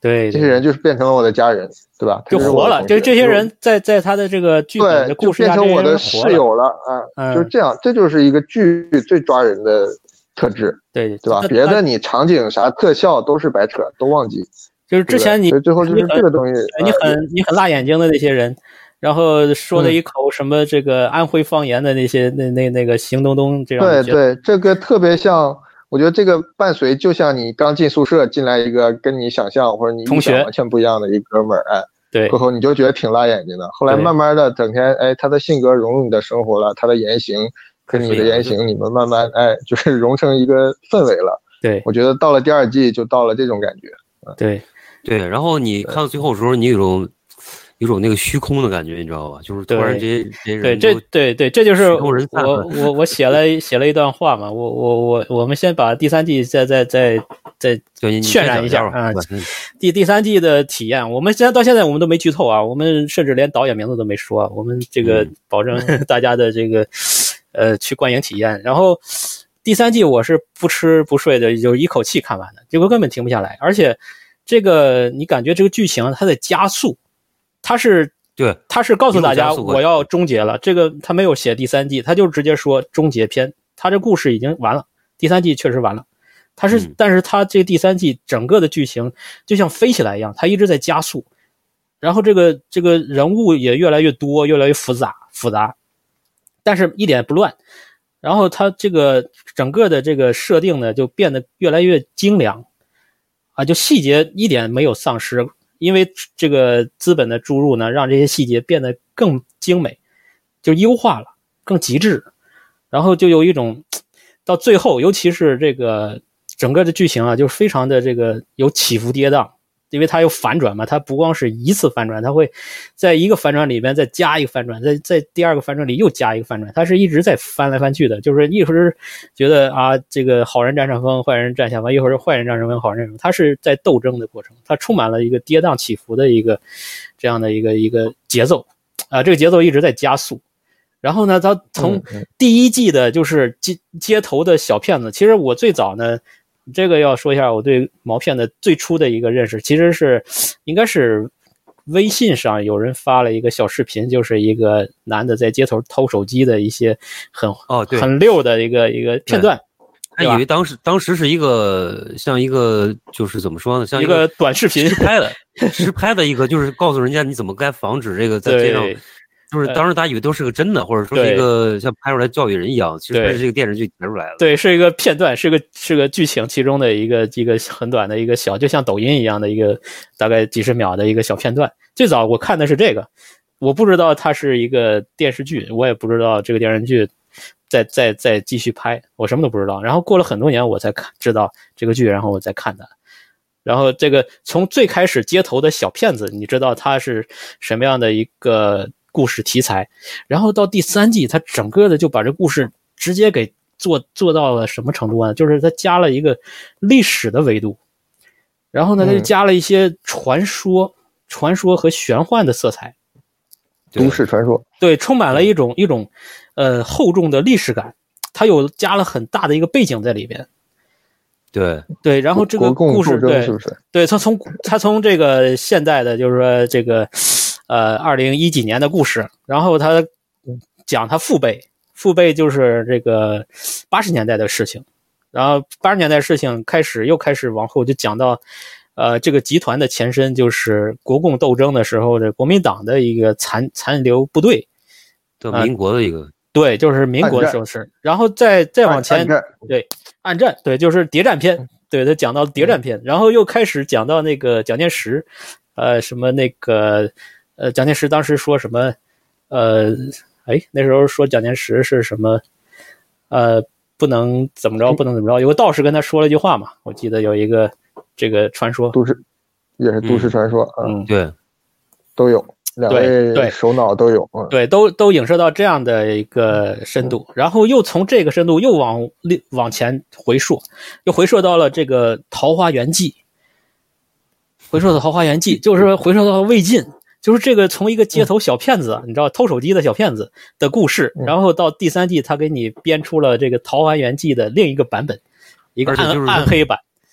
对，
这些人就是变成了我的家人，对吧？
就活了。这这些人在在他的这个剧本的故事下，
变成我的室友了啊、
嗯，
就是这样，这就是一个剧最抓人的特质，
对
对吧？别的你场景啥特效都是白扯，都忘记。
就是之前你
所以最后就是这个东西，
你很、呃、你很辣眼睛的那些人，然后说了一口什么这个安徽方言的那些、嗯、那那那个邢东东这样的。
对对，这个特别像。我觉得这个伴随就像你刚进宿舍进来一个跟你想象或者你预想完全不一样的一哥们儿，哎，
对，
过后你就觉得挺辣眼睛的。后来慢慢的整天，哎，他的性格融入你的生活了，他的言行跟你的言行，你们慢慢哎就是融成一个氛围了。
对，
我觉得到了第二季就到了这种感觉。
嗯、对
对，然后你看到最后的时候，你有种。有种那个虚空的感觉，你知道吧？就是突然这些这些人，
对，这对对，这就是我我我写了写了一段话嘛。我我我我们先把第三季再再再再渲染一下啊。第第三季的体验，我们现在到现在我们都没剧透啊，我们甚至连导演名字都没说，我们这个保证大家的这个呃去观影体验。然后第三季我是不吃不睡的，就一口气看完的，结果根本停不下来，而且这个你感觉这个剧情它在加速。他是
对，
他是告诉大家我要终结了，这个他没有写第三季，他就直接说终结篇，他这故事已经完了，第三季确实完了，他是、嗯、但是他这第三季整个的剧情就像飞起来一样，他一直在加速，然后这个这个人物也越来越多，越来越复杂复杂，但是一点不乱，然后他这个整个的这个设定呢就变得越来越精良啊，就细节一点没有丧失。因为这个资本的注入呢，让这些细节变得更精美，就优化了，更极致，然后就有一种到最后，尤其是这个整个的剧情啊，就非常的这个有起伏跌宕，因为它有反转嘛，它不光是一次反转，它会在一个反转里边再加一个反转，在在第二个反转里又加一个反转，它是一直在翻来翻去的，就是一会儿觉得啊这个好人占上风，坏人占下风，一会儿坏人占上风，好人占上风，它是在斗争的过程，它充满了一个跌宕起伏的一个这样的一个一个节奏啊，这个节奏一直在加速。然后呢，它从第一季的就是街街头的小骗子，其实我最早呢。这个要说一下我对毛片的最初的一个认识，其实是应该是微信上有人发了一个小视频，就是一个男的在街头偷手机的一些很
哦对
很溜的一个一个片段。
他以为当时当时是一个像一个就是怎么说呢，像
一个短视频
实拍的实拍的一个，就是告诉人家你怎么该防止这个在街上。就是当时大家以为都是个真的，或者说是一个像拍出来教育人一样，其实是这个电视剧拍出来的。
对，是一个片段，是个是个剧情其中的一个一个很短的一个小，就像抖音一样的一个大概几十秒的一个小片段。最早我看的是这个，我不知道它是一个电视剧，我也不知道这个电视剧再再再继续拍，我什么都不知道。然后过了很多年我才看知道这个剧，然后我再看它。然后这个从最开始街头的小骗子，你知道它是什么样的一个故事题材，然后到第三季他整个的就把这故事直接给做做到了什么程度啊，就是他加了一个历史的维度，然后呢他就加了一些传说、嗯、传说和玄幻的色彩，
都市传说，
对，充满了一种一种呃厚重的历史感，他有加了很大的一个背景在里边。
对
对，然后这个故事对是不是对他从他从这个现代的就是说这个呃二零一几年的故事，然后他讲他父辈父辈就是这个八十年代的事情，然后八十年代的事情开始又开始往后就讲到呃这个集团的前身，就是国共斗争的时候的国民党的一个残残留部队，
就民国的一个、呃、
对，就是民国的时候是，然后再再往前对暗战，对，就是谍战片，对，他讲到谍战片，然后又开始讲到那个蒋介石，呃，什么那个，呃，蒋介石当时说什么，呃，哎，那时候说蒋介石是什么，呃，不能怎么着，不能怎么着，有个道士跟他说了一句话嘛，我记得有一个这个传说，
都市也是都市传说，
嗯，
嗯
对，
都有。两位首脑都有，
对，对都都影射到这样的一个深度，然后又从这个深度又往往前回溯，又回溯到了这个《桃花源记》，回溯到《桃花源记》，就是回溯到魏晋，就是这个从一个街头小骗子，嗯、你知道偷手机的小骗子的故事，嗯、然后到第三季，他给你编出了这个《桃花源记》的另一个版本，一个暗、就是、暗黑版。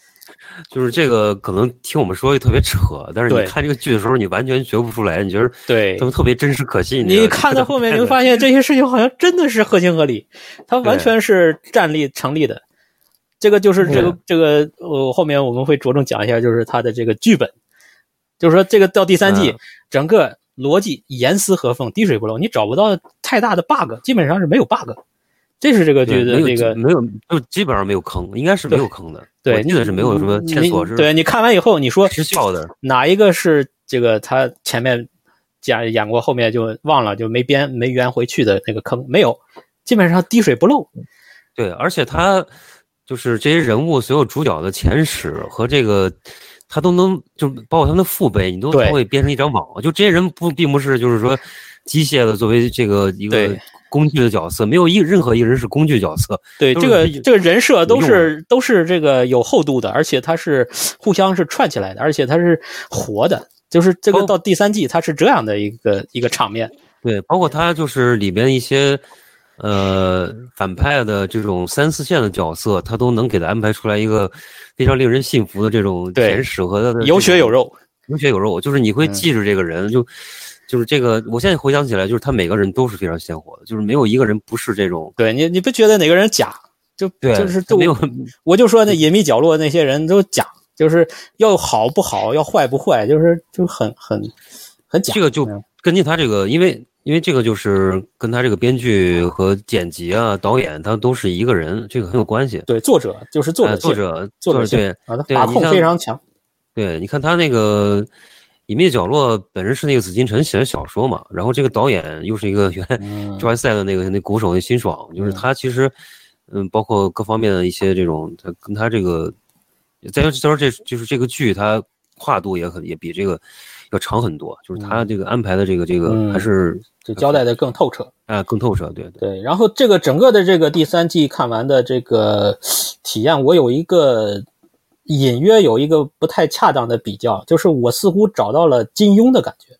就是这个可能听我们说特别扯，但是你看这个剧的时候，你完全觉不出来，你觉得
对，
他们特别真实可信。
你看到后面，你会发现这些事情好像真的是合情合理，它完全是站立成立的。这个就是这个这个，呃，后面我们会着重讲一下，就是它的这个剧本，就是说这个到第三季，嗯、整个逻辑严丝合缝，滴水不漏，你找不到太大的 bug， 基本上是没有 bug。这是这个剧的这个
没有，就基本上没有坑，应该是没有坑的。
对，
我记得是没有什么线索是。
对，你看完以后，你说
失效的
哪一个是这个他前面讲演过，后面就忘了，就没编没圆回去的那个坑没有，基本上滴水不漏。
对，而且他就是这些人物所有主角的前史和这个。他都能，就包括他们的父辈，你都会变成一张网。就这些人不，并不是就是说机械的作为这个一个工具的角色，没有一任何一个人是工具角色。
对，这个这个人设都是都是这个有厚度的，而且它是互相是串起来的，而且它是活的。就是这个到第三季，它是这样的一个一个场面。
对，包括他就是里边一些。呃，反派的这种三四线的角色，他都能给他安排出来一个非常令人信服的这种前史和他的
有血有肉，
有血有肉，就是你会记着这个人，嗯、就就是这个，我现在回想起来，就是他每个人都是非常鲜活的，就是没有一个人不是这种。
对你，你不觉得哪个人假？就
对，
就是
没有，
我就说那隐秘角落那些人都假，就是要好不好，要坏不坏，就是就很很很假。
这个就根据他这个，因为。因为这个就是跟他这个编剧和剪辑啊、导演，他都是一个人，这个很有关系。
对，作者就是作者、呃，
作者，
作者
对
啊，他把控非常强。
对，你看他那个《隐秘角落》本身是那个紫禁城写的小说嘛，然后这个导演又是一个原来周怀赛的那个那鼓手那辛爽，就是他其实嗯，包括各方面的一些这种，他跟他这个，再说再说这就是这个剧，它跨度也很也比这个要长很多，就是他这个安排的这个这个还是。
就交代的更透彻
啊，更透彻，对
对对。然后这个整个的这个第三季看完的这个体验，我有一个隐约有一个不太恰当的比较，就是我似乎找到了金庸的感觉。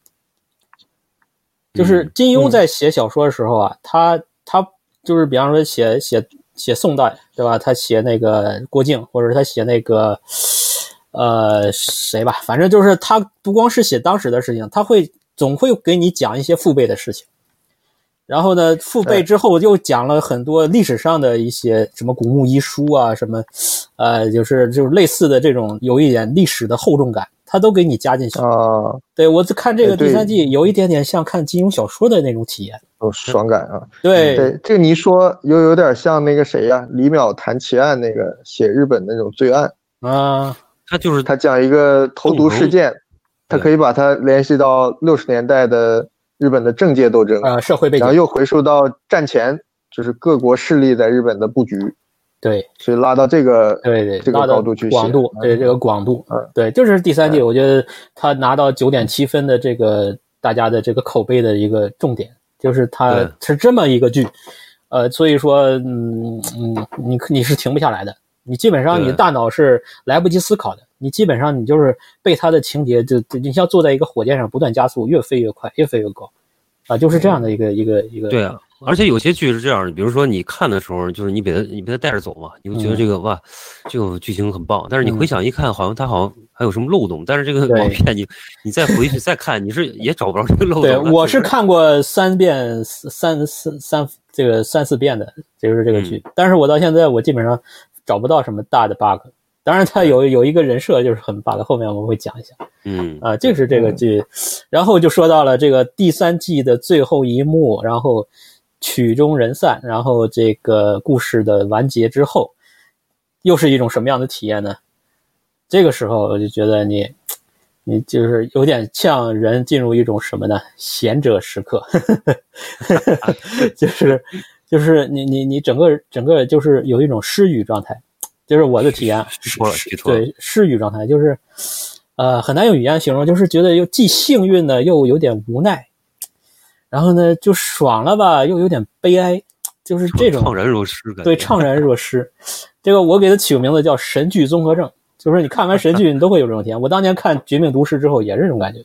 就是金庸在写小说的时候啊，嗯、他他就是比方说写写写宋代，对吧？他写那个郭靖，或者他写那个呃谁吧，反正就是他不光是写当时的事情，他会。总会给你讲一些父辈的事情，然后呢，父辈之后又讲了很多历史上的一些什么古墓遗书啊，什么，呃，就是就是类似的这种有一点历史的厚重感，他都给你加进去
啊。
对，我看这个第三季有一点点像看金庸小说的那种体验，
有爽感啊。
对
对，这个你一说又有点像那个谁呀、啊，李淼谈奇案那个写日本那种罪案
啊，
他就是
他讲一个投毒事件。他可以把它联系到六十年代的日本的政界斗争
啊、呃，社会背景，
然后又回溯到战前，就是各国势力在日本的布局。
对，
所以拉到这个
对对
这个高度去写
广度，对这个广度，嗯，对，这是第三季，我觉得他拿到九点七分的这个大家的这个口碑的一个重点，就是它是这么一个剧，呃，所以说，嗯嗯，你你是停不下来的。你基本上你的大脑是来不及思考的，你基本上你就是被它的情节就你像坐在一个火箭上不断加速，越飞越快，越飞越高，啊，就是这样的一个一个一个。
对啊，而且有些剧是这样的，比如说你看的时候，就是你被它你被它带着走嘛，你会觉得这个、嗯、哇，这个剧情很棒，但是你回想一看，好像它好像还有什么漏洞，但是这个网片你你再回去再看，你是也找不着这个漏洞。
对，我是看过三遍三四三这个三四遍的，就是这个剧，嗯、但是我到现在我基本上。找不到什么大的 bug， 当然它有有一个人设就是很 bug， 后面我们会讲一下。
嗯
啊，这是这个剧，嗯、然后就说到了这个第三季的最后一幕，然后曲终人散，然后这个故事的完结之后，又是一种什么样的体验呢？这个时候我就觉得你你就是有点像人进入一种什么呢？贤者时刻，就是。就是你你你整个整个就是有一种失语状态，就是我的体验。
说了，
对，失语状态就是，呃，很难用语言形容，就是觉得又既幸运呢，又有点无奈，然后呢，就爽了吧，又有点悲哀，就是这种
怅然若失感觉。
对，怅然若失。这个我给它起个名字叫神剧综合症，就是你看完神剧，你都会有这种体验。我当年看《绝命毒师》之后也是这种感觉，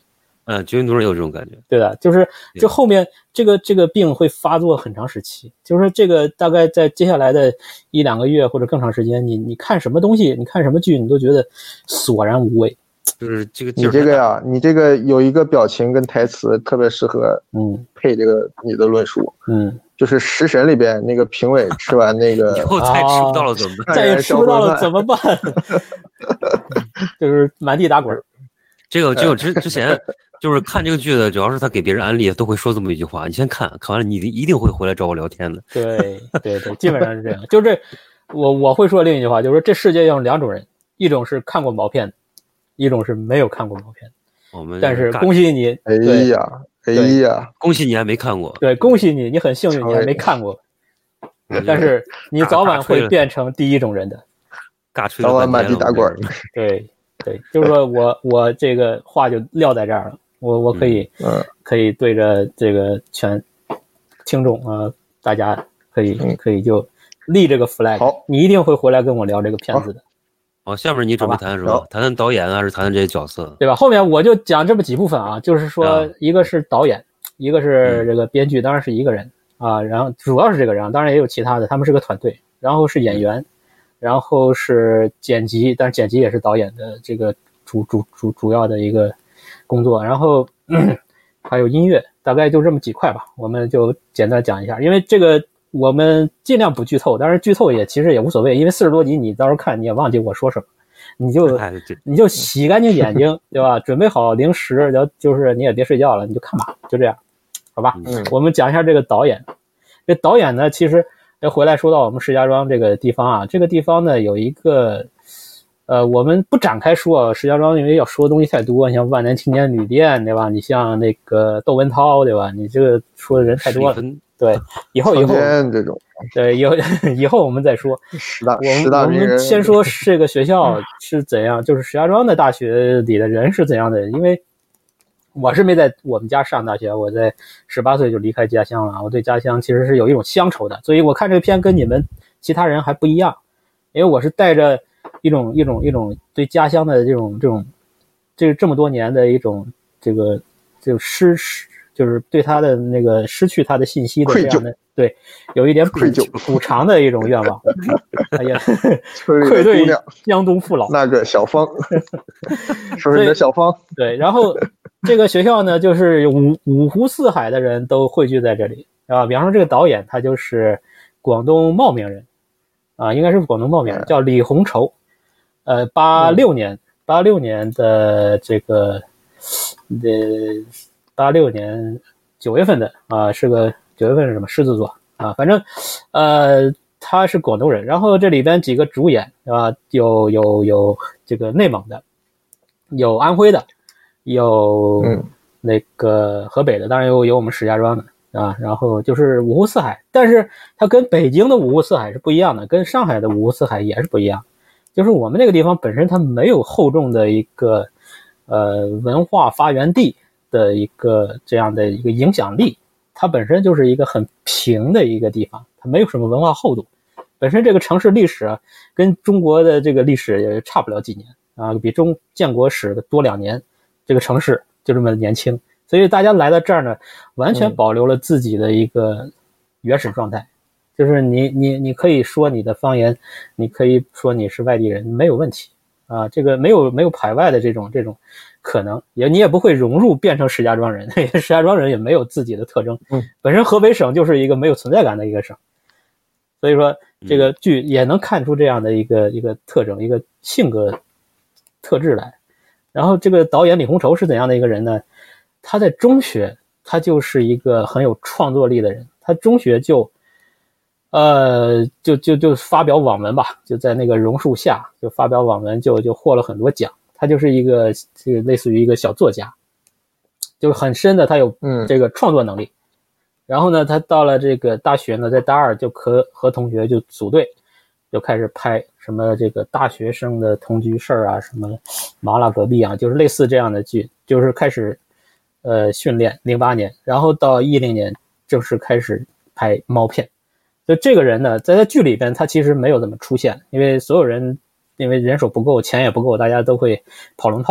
嗯，绝命毒师也有这种感觉。
对的，就是就后面这个这个病会发作很长时期，就是这个大概在接下来的一两个月或者更长时间，你你看什么东西，你看什么剧，你都觉得索然无味。
就是这个
你这个呀，你这个有一个表情跟台词特别适合，
嗯，
配这个你的论述，
嗯，
就是食神里边那个评委吃完那个，
以后再吃不到了怎么办？
再也吃不到了怎么办？就是满地打滚。
这个这个之之前就是看这个剧的，主要是他给别人安利都会说这么一句话：你先看看完了，你一定会回来找我聊天的。
对对对，基本上是这样。就这，我我会说另一句话，就是这世界上有两种人，一种是看过毛片的，一种是没有看过毛片的。
我们
但是恭喜你，
哎呀哎呀，
恭喜你还没看过。
对，恭喜你，你很幸运，你还没看过。但是你早晚会变成第一种人的，
尬吹
早晚满地打滚。
对对，就是说我我这个话就撂在这儿了，我我可以
嗯
可以对着这个全听众啊、呃，大家可以可以就立这个 flag，
好，
你一定会回来跟我聊这个片子的。
好，下面你准备谈什么？谈谈导演还是谈谈这些角色？
对吧？后面我就讲这么几部分啊，就是说一个是导演，一个是这个编剧，当然是一个人啊，然后主要是这个人，当然也有其他的，他们是个团队，然后是演员，然后是剪辑，但是剪辑也是导演的这个主主主主要的一个工作，然后、嗯、还有音乐，大概就这么几块吧，我们就简单讲一下，因为这个我们尽量不剧透，但是剧透也其实也无所谓，因为四十多集你到时候看你也忘记我说什么，你就你就洗干净眼睛，对吧？准备好零食，然后就是你也别睡觉了，你就看吧，就这样，好吧？
嗯，
我们讲一下这个导演。这导演呢，其实要回来说到我们石家庄这个地方啊，这个地方呢有一个，呃，我们不展开说，石家庄因为要说的东西太多，你像万年青年旅店，对吧？你像那个窦文涛，对吧？你这个说的人太多了。对，以后以后
这种，
对，以后以后我们再说。
十大
我
十大名人，
我们先说这个学校是怎样，就是石家庄的大学里的人是怎样的人。因为我是没在我们家上大学，我在十八岁就离开家乡了。我对家乡其实是有一种乡愁的，所以我看这个片跟你们其他人还不一样，因为我是带着一种一种一种对家乡的这种这种这这么多年的一种这个就失失。就是对他的那个失去他的信息的这样的，对，有一点补补偿的一种愿望。哎呀，愧对江东父老。
那个小芳，说是你的小芳。
对，然后这个学校呢，就是五五湖四海的人都汇聚在这里啊。比方说这个导演，他就是广东茂名人啊，应该是广东茂名人，叫李洪筹。呃，八六年，八六年的这个呃。八六年九月份的啊，是个九月份是什么狮子座啊？反正，呃，他是广东人。然后这里边几个主演啊，有有有这个内蒙的，有安徽的，有那个河北的，当然有有我们石家庄的啊。然后就是五湖四海，但是它跟北京的五湖四海是不一样的，跟上海的五湖四海也是不一样。就是我们那个地方本身它没有厚重的一个呃文化发源地的一个这样的一个影响力，它本身就是一个很平的一个地方，它没有什么文化厚度。本身这个城市历史啊，跟中国的这个历史也差不了几年啊，比中建国史多两年，这个城市就这么年轻，所以大家来到这儿呢，完全保留了自己的一个原始状态，嗯、就是你你你可以说你的方言，你可以说你是外地人，没有问题啊，这个没有没有排外的这种这种。可能也你也不会融入变成石家庄人，石家庄人也没有自己的特征。
嗯，
本身河北省就是一个没有存在感的一个省，所以说这个剧也能看出这样的一个一个特征，一个性格特质来。然后这个导演李洪筹是怎样的一个人呢？他在中学他就是一个很有创作力的人，他中学就呃就就就发表网文吧，就在那个榕树下就发表网文，就就获了很多奖。他就是一个这个类似于一个小作家，就是很深的他有这个创作能力、嗯、然后呢他到了这个大学呢，在大二就和和同学就组队就开始拍什么这个大学生的同居事儿啊，什么麻辣隔壁啊，就是类似这样的剧，就是开始呃训练零八年，然后到一零年正式开始拍猫片。所以这个人呢在在剧里边他其实没有怎么出现，因为所有人因为人手不够，钱也不够，大家都会跑龙套嘛。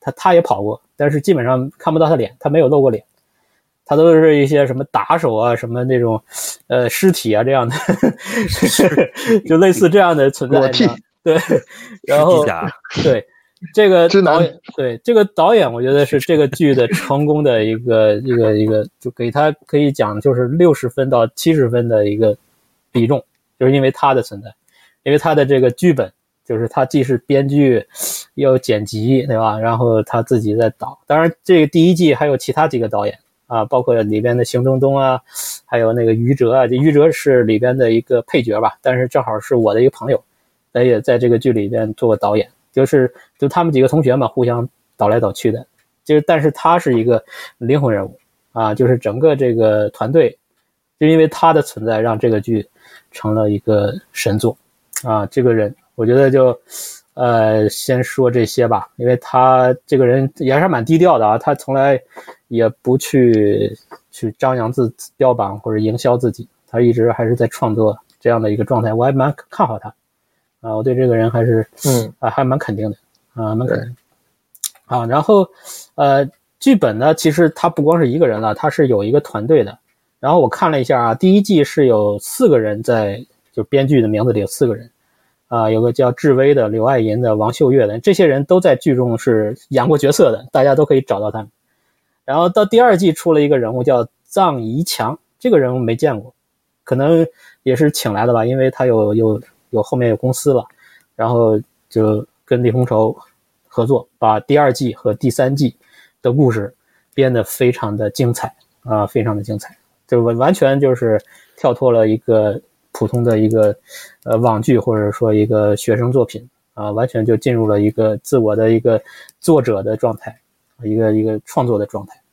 他他也跑过，但是基本上看不到他脸，他没有露过脸，他都是一些什么打手啊，什么那种呃尸体啊这样的，就类似这样的存在。对，然后对这个导演，对这个导演，我觉得是这个剧的成功的一个一个一个，就给他可以讲就是六十分到七十分的一个比重，就是因为他的存在，因为他的这个剧本。就是他既是编剧又有剪辑，对吧？然后他自己在导。当然这个第一季还有其他几个导演啊，包括里边的邢东东啊，还有那个于哲啊，这于哲是里边的一个配角吧，但是正好是我的一个朋友，他也在这个剧里边做过导演，就是就他们几个同学嘛，互相导来导去的。就是但是他是一个灵魂人物啊，就是整个这个团队就因为他的存在让这个剧成了一个神作啊，这个人我觉得就，呃，先说这些吧，因为他这个人也是蛮低调的啊，他从来也不去去张扬自标榜或者营销自己，他一直还是在创作这样的一个状态，我还蛮看好他，啊，我对这个人还是嗯啊还蛮肯定的啊，蛮肯定啊，然后呃，剧本呢，其实他不光是一个人了，他是有一个团队的，然后我看了一下啊，第一季是有四个人在，就编剧的名字里有四个人。啊，有个叫志威的、刘爱银的、王秀月的，这些人都在剧中是演过角色的，大家都可以找到他们。然后到第二季出了一个人物叫臧怡强，这个人物没见过，可能也是请来的吧，因为他有有有后面有公司了，然后就跟李红绸合作，把第二季和第三季的故事编得非常的精彩啊，非常的精彩，就完全就是跳脱了一个。普通的一个呃网剧或者说一个学生作品啊，完全就进入了一个自我的一个作者的状态，一个一个创作的状态。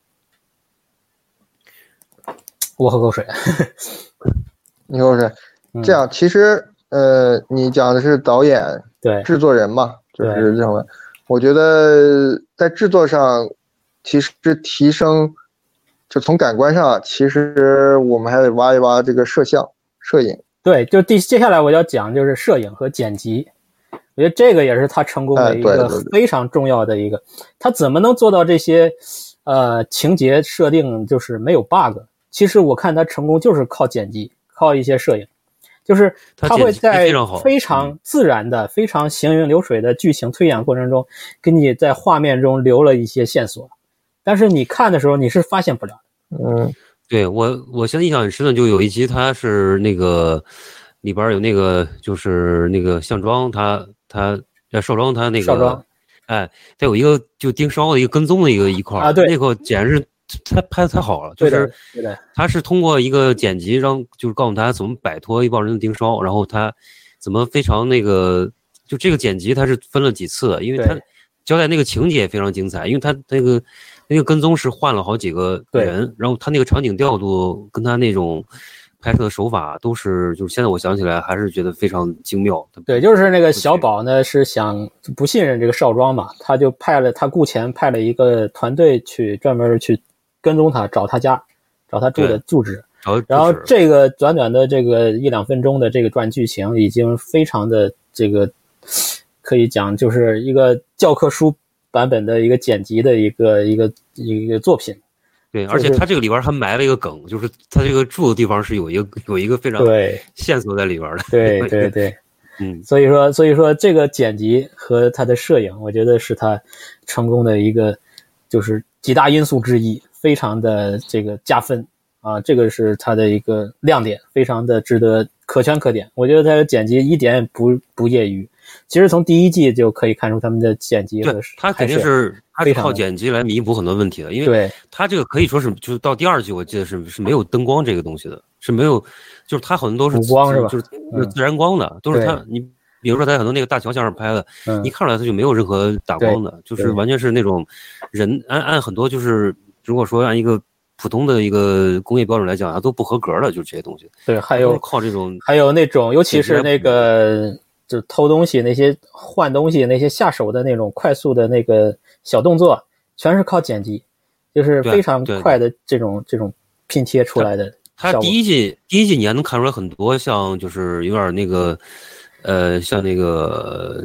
我喝口水。
你喝口水。这样，其实呃，你讲的是导演
对
制作人嘛，就是这样的。我觉得在制作上，其实提升，就从感官上，其实我们还得挖一挖这个摄像。摄影
对，就第接下来我要讲就是摄影和剪辑，我觉得这个也是他成功的一个非常重要的一个，哎、对对对他怎么能做到这些呃情节设定就是没有 bug？ 其实我看他成功就是靠剪辑，靠一些摄影，就是他会在非常自然的、非常行云流水的剧情推演过程中，给你在画面中留了一些线索，但是你看的时候你是发现不了的。
嗯。
对我，我现在印象很深的就有一集，他是那个里边有那个就是那个项庄，他他呃邵庄他那个，哎，他有一个就盯梢的一个跟踪的一个一块
啊，对，
那个简直是他拍的太好了，就是
对的，
他是通过一个剪辑让就是告诉他怎么摆脱一帮人的盯梢，然后他怎么非常那个就这个剪辑他是分了几次，因为他交代那个情节也非常精彩，因为他那个。那个跟踪是换了好几个人，然后他那个场景调度跟他那种拍摄的手法都是，就是现在我想起来还是觉得非常精妙。
对，就是那个小宝呢是想不信任这个邵庄嘛，他就派了他顾前派了一个团队去专门去跟踪他，找他家，找他住的住址。然后这个短短的这个一两分钟的这个段剧情，已经非常的这个可以讲就是一个教科书。版本的一个剪辑的一个一个一个作品，
对，而且它这个里边还埋了一个梗，就是它这个住的地方是有一个有一个非常
对
线索在里边的，
对对对，
嗯，
所以说所以说这个剪辑和它的摄影，我觉得是它成功的一个就是几大因素之一，非常的这个加分啊，这个是它的一个亮点，非常的值得可圈可点。我觉得它的剪辑一点也不不业余。其实从第一季就可以看出他们的剪辑和
对，他肯定是他是靠剪辑来弥补很多问题的，因为他这个可以说是就是到第二季我记得是是没有灯光这个东西的，是没有，就是他很多都是
光是吧？
就是就是自然光的，嗯、都是他你比如说他很多那个大桥下上拍的，
嗯、
一看出来他就没有任何打光的，就是完全是那种人按按很多就是如果说按一个普通的一个工业标准来讲，它都不合格的，就这些东西。
对，还有
靠这种
还有那种尤其是那个。就偷东西那些换东西那些下手的那种快速的那个小动作，全是靠剪辑，就是非常快的这种这种拼贴出来的。
他第一季第一季你还能看出来很多像就是有点那个呃像那个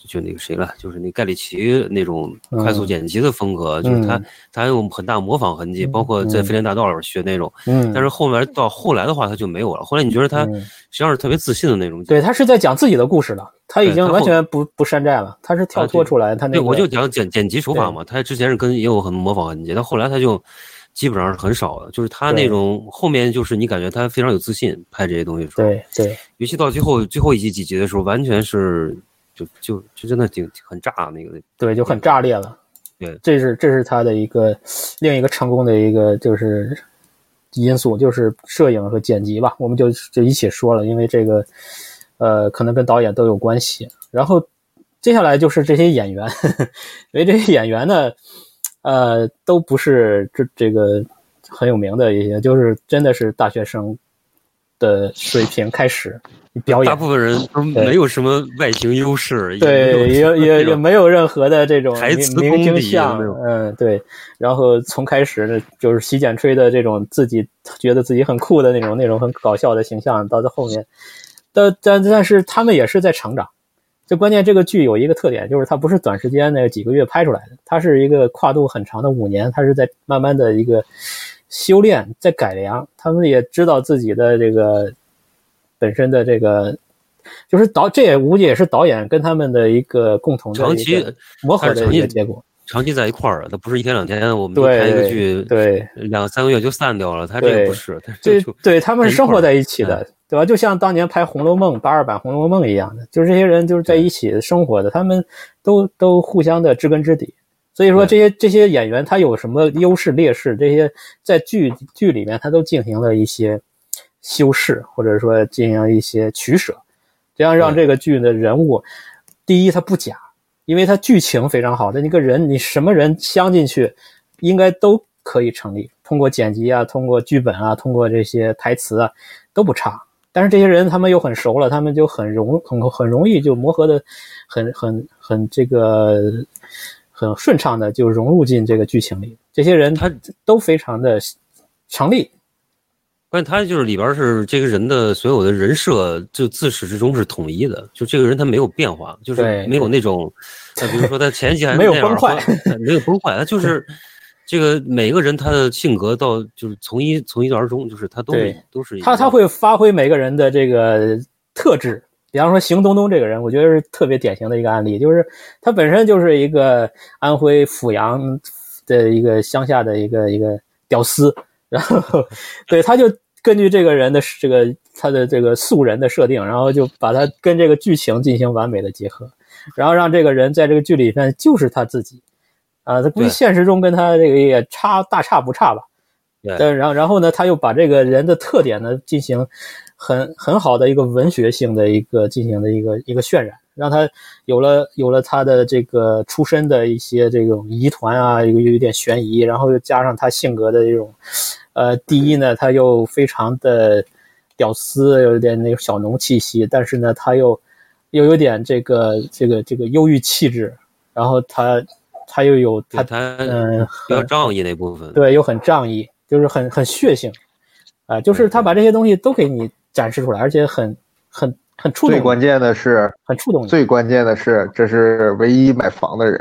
就那个谁了，就是那盖里奇那种快速剪辑的风格，嗯、就是他他还有很大模仿痕迹，嗯、包括在飞天大道里边学那种。嗯，但是后面到后来的话，他就没有了。后来你觉得他实际上是特别自信的那种。
对，他是在讲自己的故事了，他已经完全不不山寨了，他是跳脱出来。他那个，
对，我就讲剪剪辑手法嘛，他之前是跟也有很多模仿痕迹，但后来他就基本上是很少的，就是他那种后面就是你感觉他非常有自信拍这些东西的时候。
对对，
尤其到最后最后一集几集的时候，完全是。就就就真的挺很炸那个，
对，就很炸裂了。
对，
这是这是他的一个另一个成功的一个就是因素，就是摄影和剪辑吧，我们就就一起说了，因为这个呃可能跟导演都有关系。然后接下来就是这些演员，呵呵因为这些演员呢，呃，都不是这这个很有名的一些，就是真的是大学生的水平开始。表演
大部分人都没有什么外形优势，
对，也也也没有任何的这种
台词
明星相，嗯，对。然后从开始呢，就是洗剪吹的这种自己觉得自己很酷的那种那种很搞笑的形象，到这后面，但但但是他们也是在成长。就关键这个剧有一个特点，就是它不是短时间那个几个月拍出来的，它是一个跨度很长的五年，它是在慢慢的一个修炼，在改良。他们也知道自己的这个。本身的这个就是导，这也估计也是导演跟他们的一个共同的
长期
磨合的一个结果。
长期在一块儿，他不是一天两天，我们就拍一个剧，
对，
两三个月就散掉了。他这个不是，
对对，他们是生活在一起的，嗯、对吧？就像当年拍《红楼梦》八二版《红楼梦》一样的，就是这些人就是在一起生活的，他们都都互相的知根知底。所以说这些这些演员他有什么优势劣势，这些在剧剧里面他都进行了一些。修饰或者说进行一些取舍，这样让这个剧的人物，第一它不假，因为它剧情非常好的那个人，你什么人镶进去，应该都可以成立。通过剪辑啊，通过剧本啊，通过这些台词啊，都不差。但是这些人他们又很熟了，他们就很容很很容易就磨合的很很很这个很顺畅的就融入进这个剧情里。这些人他都非常的成立。
关键他就是里边是这个人的所有的人设，就自始至终是统一的，就这个人他没有变化，就是没有那种，呃，比如说他前几集还
没有崩坏，
没有崩坏，他就是这个每个人他的性格到就是从一从一而终，就是他都都是
他他会发挥每个人的这个特质，比方说邢东东这个人，我觉得是特别典型的一个案例，就是他本身就是一个安徽阜阳的一个乡下的一个一个屌丝。然后，对，他就根据这个人的这个他的这个素人的设定，然后就把他跟这个剧情进行完美的结合，然后让这个人在这个剧里面就是他自己，啊，他估计现实中跟他这个也差大差不差吧。对，然后然后呢，他又把这个人的特点呢进行很很好的一个文学性的一个进行的一个一个渲染。让他有了有了他的这个出身的一些这种疑团啊，有有一点悬疑，然后又加上他性格的这种，呃，第一呢，他又非常的屌丝，有点那个小农气息，但是呢，他又又有点这个这个这个忧郁气质，然后他他又有他
嗯比较仗义那部分，
对，又很仗义，就是很很血性，啊、呃，就是他把这些东西都给你展示出来，而且很很。很触动，
最关键的是，
很触动。
最关键的是，这是唯一买房的人。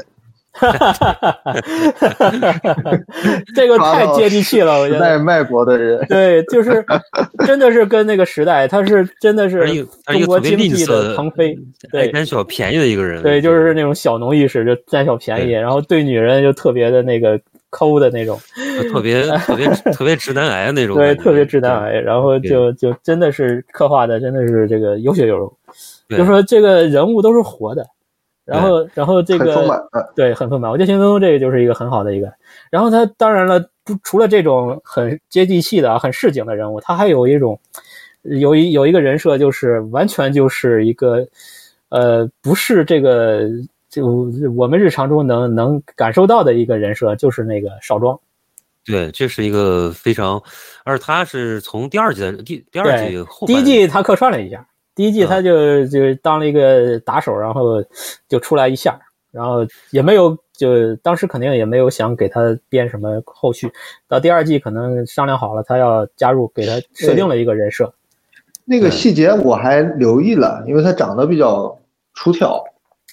这个太接地气了，我觉得。
时代脉搏的人，
对，就是真的是跟那个时代，他是真的是中国经济的腾飞，对，
贪小便宜的一个人。
对，就是那种小农意识，就占小便宜，然后对女人就特别的那个抠的那种，
特别特别特别直男癌那种，
对，特别直男癌，然后就就真的是刻画的真的是这个有血有肉，就说这个人物都是活的。然后，然后这个
很丰满，
对，很丰满。我觉得邢东东这个就是一个很好的一个。然后他当然了，除了这种很接地气的、很市井的人物，他还有一种有一有一个人设，就是完全就是一个呃，不是这个就我们日常中能能感受到的一个人设，就是那个邵庄。
对，这是一个非常，而他是从第二季的第第二季后
第一季他客串了一下。第一季他就就当了一个打手，然后就出来一下，然后也没有就当时肯定也没有想给他编什么后续。到第二季可能商量好了，他要加入，给他设定了一个人设。
那个细节我还留意了，因为他长得比较出挑，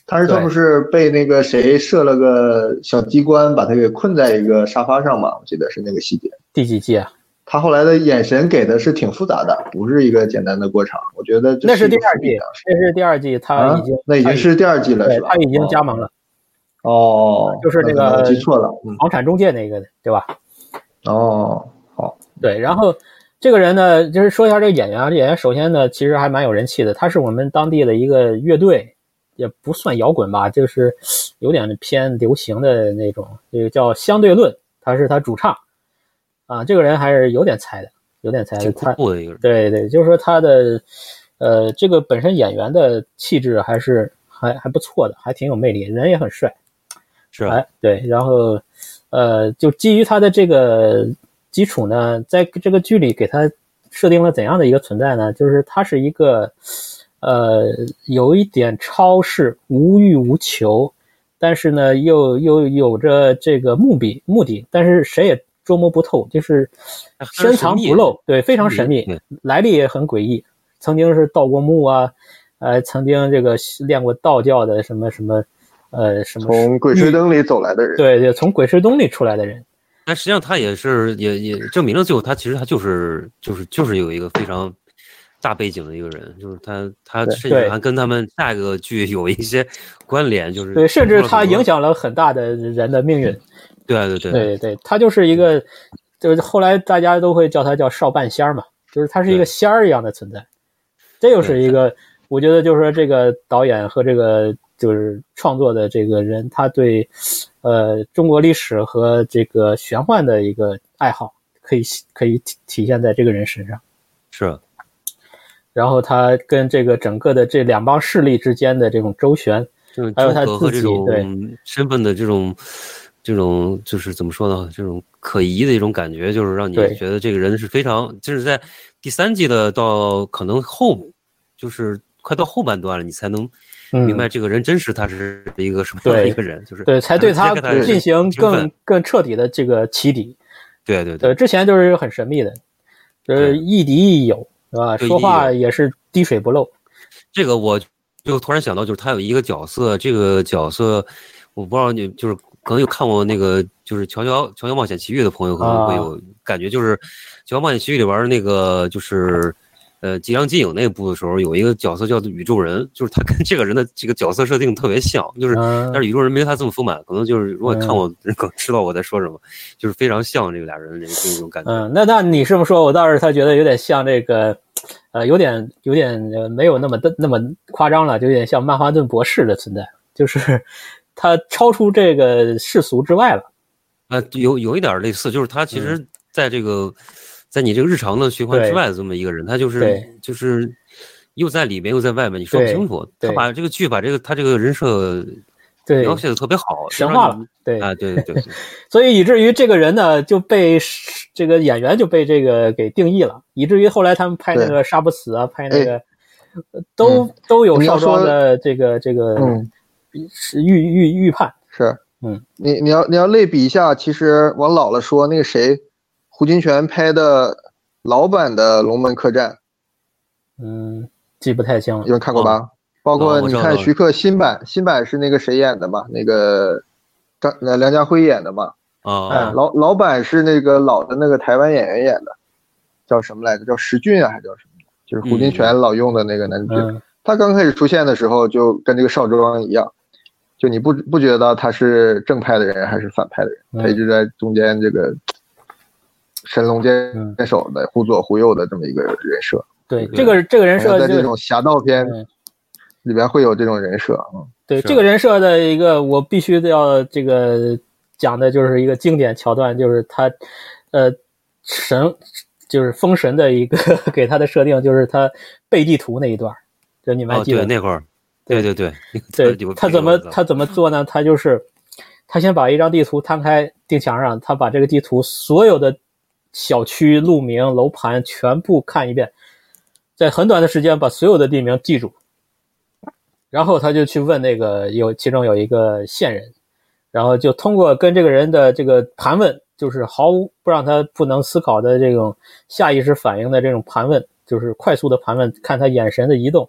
当时他不是被那个谁设了个小机关，把他给困在一个沙发上嘛？我记得是那个细节。
第几季啊？
他后来的眼神给的是挺复杂的，不是一个简单的过场。我觉得
那是第二季，那是第二季，他已经、
啊、那已经是第二季了，是吧？
他已经加盟了。
哦，
就是那个
我记错了，
房产中介那个，对吧？
哦，好，
对。然后这个人呢，就是说一下这个演员啊，这演员首先呢，其实还蛮有人气的，他是我们当地的一个乐队，也不算摇滚吧，就是有点偏流行的那种，这个叫相对论，他是他主唱啊，这个人还是有点才的。有点才，他对对，就是说他的，呃，这个本身演员的气质还是还还不错的，还挺有魅力，人也很帅，
是啊，
哎，对，然后，呃，就基于他的这个基础呢，在这个剧里给他设定了怎样的一个存在呢？就是他是一个，呃，有一点超世，无欲无求，但是呢，又又有着这个目的目的，但是谁也捉摸不透，就是深藏不露，对，非常神秘，来历也很诡异。曾经是盗过墓啊，呃，曾经这个练过道教的什么什么，呃，什么
从鬼吹灯里走来的人，
对对，从鬼吹灯里出来的人。
但实际上他也是也也证明了最后他其实他就是就是就是有一个非常大背景的一个人，就是他他甚至还跟他们下一个剧有一些关联，就是
对，甚至他影响了很大的人的命运。
对对对
对对，他就是一个，就是后来大家都会叫他叫少半仙儿嘛，就是他是一个仙儿一样的存在。这又是一个，我觉得就是说这个导演和这个就是创作的这个人，他对呃中国历史和这个玄幻的一个爱好，可以可以体体现在这个人身上。
是。
然后他跟这个整个的这两帮势力之间的这种周旋，还有他自己对
身份的这种。这种就是怎么说呢？这种可疑的一种感觉，就是让你觉得这个人是非常，就是在第三季的到可能后，就是快到后半段了，你才能明白这个人真实他是一个什么样的一个人，就是
对，才对他进行更更彻底的这个起底。
对对对，
之前就是很神秘的，就是亦敌亦友，是吧？说话也是滴水不漏。
这个我就突然想到，就是他有一个角色，这个角色我不知道你就是。可能有看过那个就是《乔乔乔乔冒险奇遇》的朋友可能会有感觉，就是《乔乔冒险奇遇》里边那个就是呃吉良吉影那部的时候，有一个角色叫做宇宙人，就是他跟这个人的这个角色设定特别像，就是但是宇宙人没他这么丰满，可能就是如果看我人可能知道我在说什么，就是非常像这个俩人的这种感觉。
嗯，那那你这么说，我倒是他觉得有点像这个，呃，有点有点呃没有那么的那么夸张了，就有点像曼哈顿博士的存在，就是。他超出这个世俗之外了，
呃，有有一点类似，就是他其实在这个，嗯、在你这个日常的循环之外的这么一个人，他就是就是又在里面又在外面，你说不清楚。他把这个剧把这个他这个人设描写的特别好，
神话了，对
啊，对对对，
所以以至于这个人呢就被这个演员就被这个给定义了，以至于后来他们拍那个杀不死啊，拍那个都、嗯、都有少庄的这个这个。
嗯
是预预预判
是，
嗯，
你你要你要类比一下，其实往老了说，那个谁，胡金铨拍的老版的《龙门客栈》，
嗯，记不太清了，
有人看过吧？哦、包括你看徐克新版，新版是那个谁演的嘛？那个张呃梁家辉演的嘛？
啊、哦
哎，老老版是那个老的那个台湾演员演的，叫什么来着？叫石俊啊，还叫什么？就是胡金铨老用的那个男主角。
嗯嗯、
他刚开始出现的时候，就跟这个少庄一样。就你不不觉得他是正派的人还是反派的人？他一直在中间这个神龙见首的忽左忽右的这么一个人设。
对，这个这个人设
在这种侠盗片里边会有这种人设。嗯，
对，这个人设的一个我必须要这个讲的就是一个经典桥段，就是他呃神就是封神的一个给他的设定，就是他背地图那一段，就你们还记得、
哦、对那块儿。对对对
对，他怎么他怎么做呢？他就是他先把一张地图摊开钉墙上，他把这个地图所有的小区、路名、楼盘全部看一遍，在很短的时间把所有的地名记住，然后他就去问那个有其中有一个线人，然后就通过跟这个人的这个盘问，就是毫无不让他不能思考的这种下意识反应的这种盘问，就是快速的盘问，看他眼神的移动。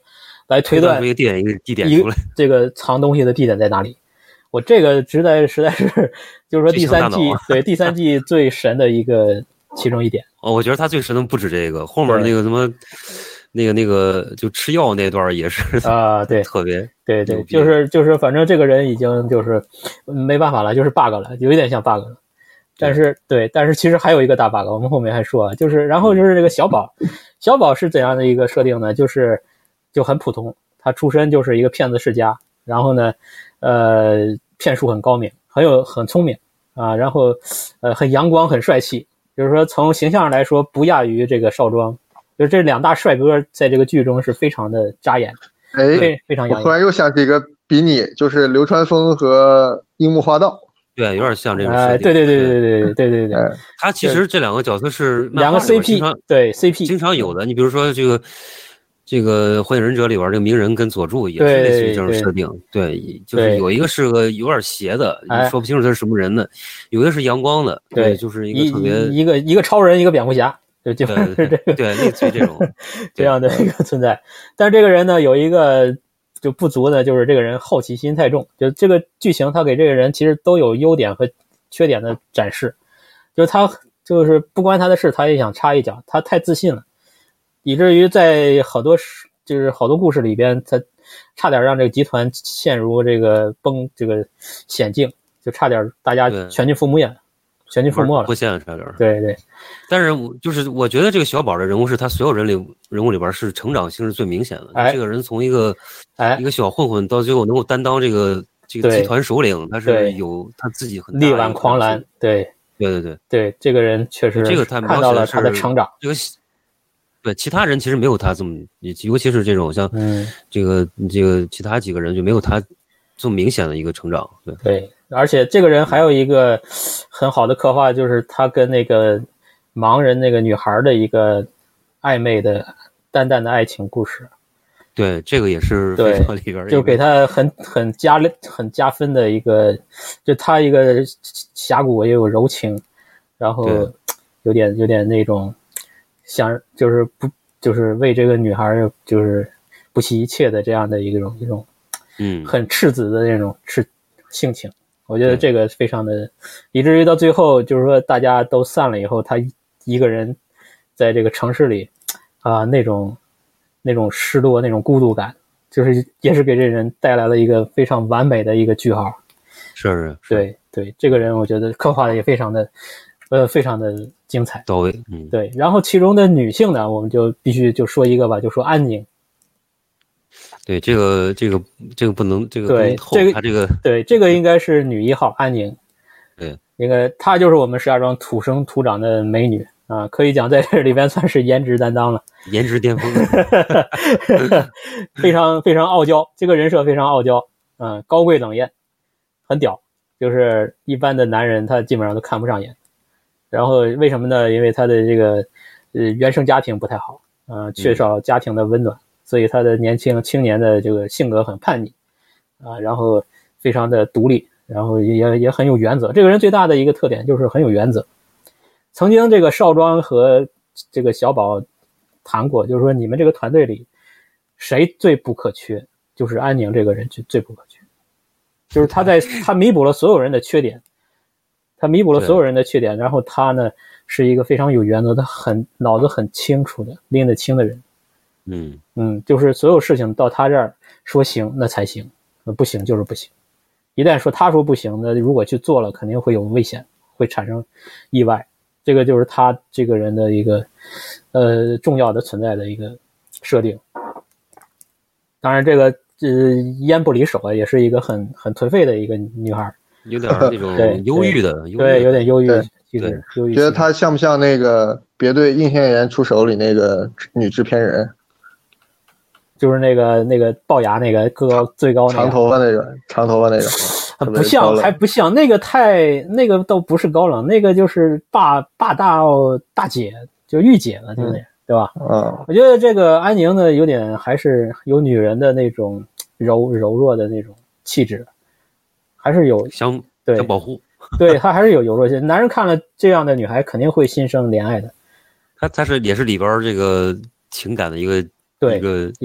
来推断
一个地点一个地点出来，
这个藏东西的地点在哪里。我这个实在实在是就是说第三季、啊、对第三季最神的一个其中一点。
哦，我觉得他最神的不止这个，后面那个什么那个那个就吃药那段也是
啊、呃，对，
特别
对对，就是就是反正这个人已经就是没办法了，就是 bug 了，有一点像 bug 了。但是 对, 对，但是其实还有一个大 bug， 我们后面还说，就是然后就是这个小宝，小宝是怎样的一个设定呢？就是就很普通，他出身就是一个骗子世家，然后呢，呃，骗术很高明，很有很聪明啊，然后呃很阳光很帅气，就是说从形象上来说不亚于这个少庄，就是这两大帅哥在这个剧中是非常的扎眼，
哎，
非非常养眼。
我突然又想起一个比拟，就是流川枫和樱木花道。
对，有点像这种设定。
哎，对对对对对对对对对。
他其实这两个角色是
两个 C P， 对 C P
经常有的。你比如说这个这个《火影忍者》里边这个鸣人跟佐助也是类似于这种设定。对，对就是有一个是个有点邪的，你说不清楚他是什么人的；有一个是阳光的，
对，
就是一个特别
一个一个超人，一个蝙蝠侠，就基本上是这个，
对，类似于这种
这样的一个存在。但是这个人呢，有一个。就不足呢，就是这个人好奇心太重。就这个剧情，他给这个人其实都有优点和缺点的展示。就是他就是不关他的事，他也想插一脚，他太自信了，以至于在好多就是好多故事里边，他差点让这个集团陷入这个崩这个险境，就差点大家全军覆没了。全军覆没了，
不现差点。
对对，
但是就是我觉得这个小宝的人物是他所有人里人物里边是成长性是最明显的。
哎、
这个人从一个
哎
一个小混混到最后能够担当这个这个集团首领，他是有他自己很
力挽狂澜。对
对对对
对，这个人确实
这个他
看到了他的成长。
这个对其他人其实没有他这么，尤其是这种像这个、嗯、这个其他几个人就没有他这么明显的一个成长。对
对。而且这个人还有一个很好的刻画，就是他跟那个盲人那个女孩的一个暧昧的淡淡的爱情故事。
对，这个也是
对
里边
就给他很很加很加分的一个，就他一个侠骨也有柔情，然后有点有点那种想就是不就是为这个女孩就是不惜一切的这样的一种一种
嗯
很赤子的那种赤性情。我觉得这个非常的，以至于到最后就是说大家都散了以后，他一个人在这个城市里啊、呃，那种那种失落、那种孤独感，就是也是给这人带来了一个非常完美的一个句号。
是是，
对对，这个人我觉得刻画的也非常的呃非常的精彩
到位。嗯，
对。然后其中的女性呢，我们就必须就说一个吧，就说安宁。
对，这个这个这个不能这个
对这个
他这个
对这个应该是女一号安宁。
对，
应该她就是我们石家庄土生土长的美女啊，可以讲在这里边算是颜值担当了，
颜值巅峰，
非常非常傲娇，这个人设非常傲娇，嗯，高贵冷艳，很屌，就是一般的男人他基本上都看不上眼。然后为什么呢？因为他的这个呃原生家庭不太好，呃，缺少家庭的温暖。嗯，所以他的年轻青年的这个性格很叛逆啊，然后非常的独立，然后也也很有原则。这个人最大的一个特点就是很有原则。曾经这个少庄和这个小宝谈过，就是说你们这个团队里谁最不可缺，就是安宁这个人最不可缺，就是他在他弥补了所有人的缺点，他弥补了所有人的缺点，然后他呢是一个非常有原则的，很脑子很清楚的，拎得清的人。
嗯
嗯，就是所有事情到他这儿说行那才行，不行就是不行。一旦说他说不行，那如果去做了肯定会有危险，会产生意外。这个就是他这个人的一个呃重要的存在的一个设定。当然这个呃烟不离手啊，也是一个很很颓废的一个女孩，
有点那种忧郁的，
对，有点忧郁。
对，
觉
得她像不像那个别对应县言出手里那个女制片人？
就是那个那个龅牙那个个高最高那个
长头发那个长头发那个，
不像还不像那个太那个都不是高冷，那个就是霸霸大大姐，就御姐了，对不对？嗯、对吧？
嗯，
我觉得这个安宁呢，有点还是有女人的那种柔柔弱的那种气质，还是有
想
对
想保护，
对她还是有柔弱性。男人看了这样的女孩，肯定会心生怜爱的。
她她是也是里边这个情感的一个
对
一个
一个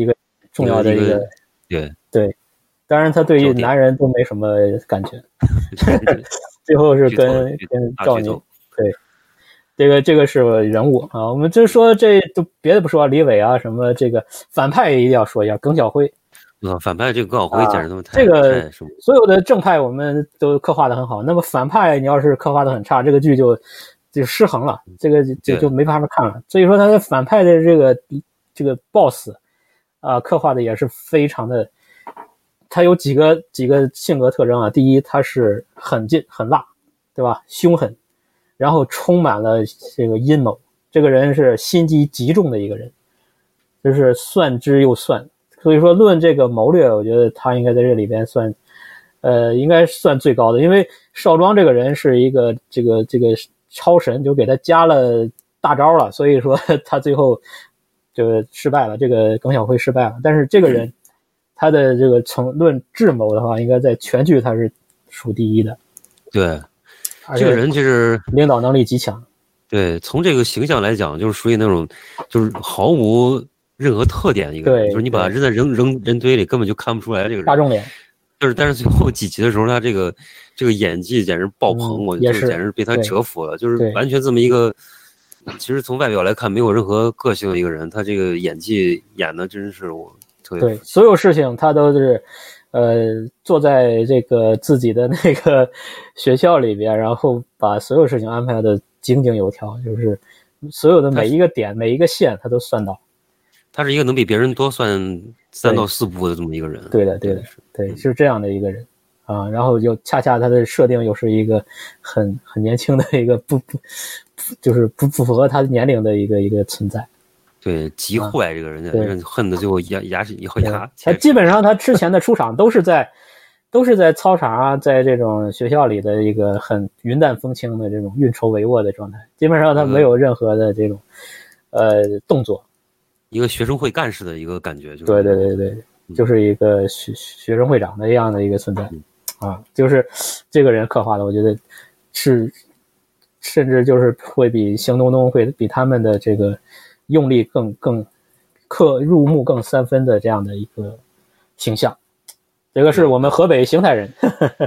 重要的一个，
对
对，当然他对于男人都没什么感觉，最后是跟跟赵宁，对，这个这个是人物啊，我们就说这都别的不说，李伟啊什么这个反派一定要说一下，耿小辉。
啊，反派这个耿小辉简直他妈太、
啊、这个所有的正派我们都刻画的很好，那么反派你要是刻画的很差，这个剧就就失衡了，这个就就没办法看了。所以说他的反派的这个这个 boss 啊、呃，刻画的也是非常的，他有几个几个性格特征啊。第一，他是狠劲很辣，对吧？凶狠，然后充满了这个阴谋。这个人是心机极重的一个人，就是算之又算。所以说论这个谋略，我觉得他应该在这里边算呃应该算最高的，因为邵庄这个人是一个这个这个超神，就给他加了大招了，所以说他最后就失败了，这个耿小辉失败了。但是这个人他的这个从论智谋的话，应该在全剧他是数第一的。
对，这个人就是
领导能力极强。
对，从这个形象来讲，就是属于那种就是毫无任何特点的一个人，就是你把他扔在扔扔人堆里，根本就看不出来这个人
大众脸。
就是但是最后几集的时候，他这个这个演技简直爆棚，嗯、我就是简直被他折服了，就是完全这么一个，其实从外表来看没有任何个性的一个人，他这个演技演的真是我特别
对，所有事情他都是呃坐在这个自己的那个学校里边，然后把所有事情安排的井井有条，就是所有的每一个点每一个线他都算到。
他是一个能比别人多算三到四步的这么一个人。
对的，对的，对，是这样的一个人啊。然后就恰恰他的设定又是一个很很年轻的一个不不，就是不不符合他年龄的一个一个存在。
对，极坏这个人，啊、恨得最后牙牙齿一咬牙。
他基本上他之前的出场都是在都是在操场啊，在这种学校里的一个很云淡风轻的这种运筹帷幄的状态，基本上他没有任何的这种、嗯、呃动作。
一个学生会干事的一个感觉，就是
对对对对，就是一个学学生会长的一样的一个存在、嗯、啊，就是这个人刻画的，我觉得是甚至就是会比邢东东会比他们的这个用力更更刻入目更三分的这样的一个形象。这个是我们河北邢台人，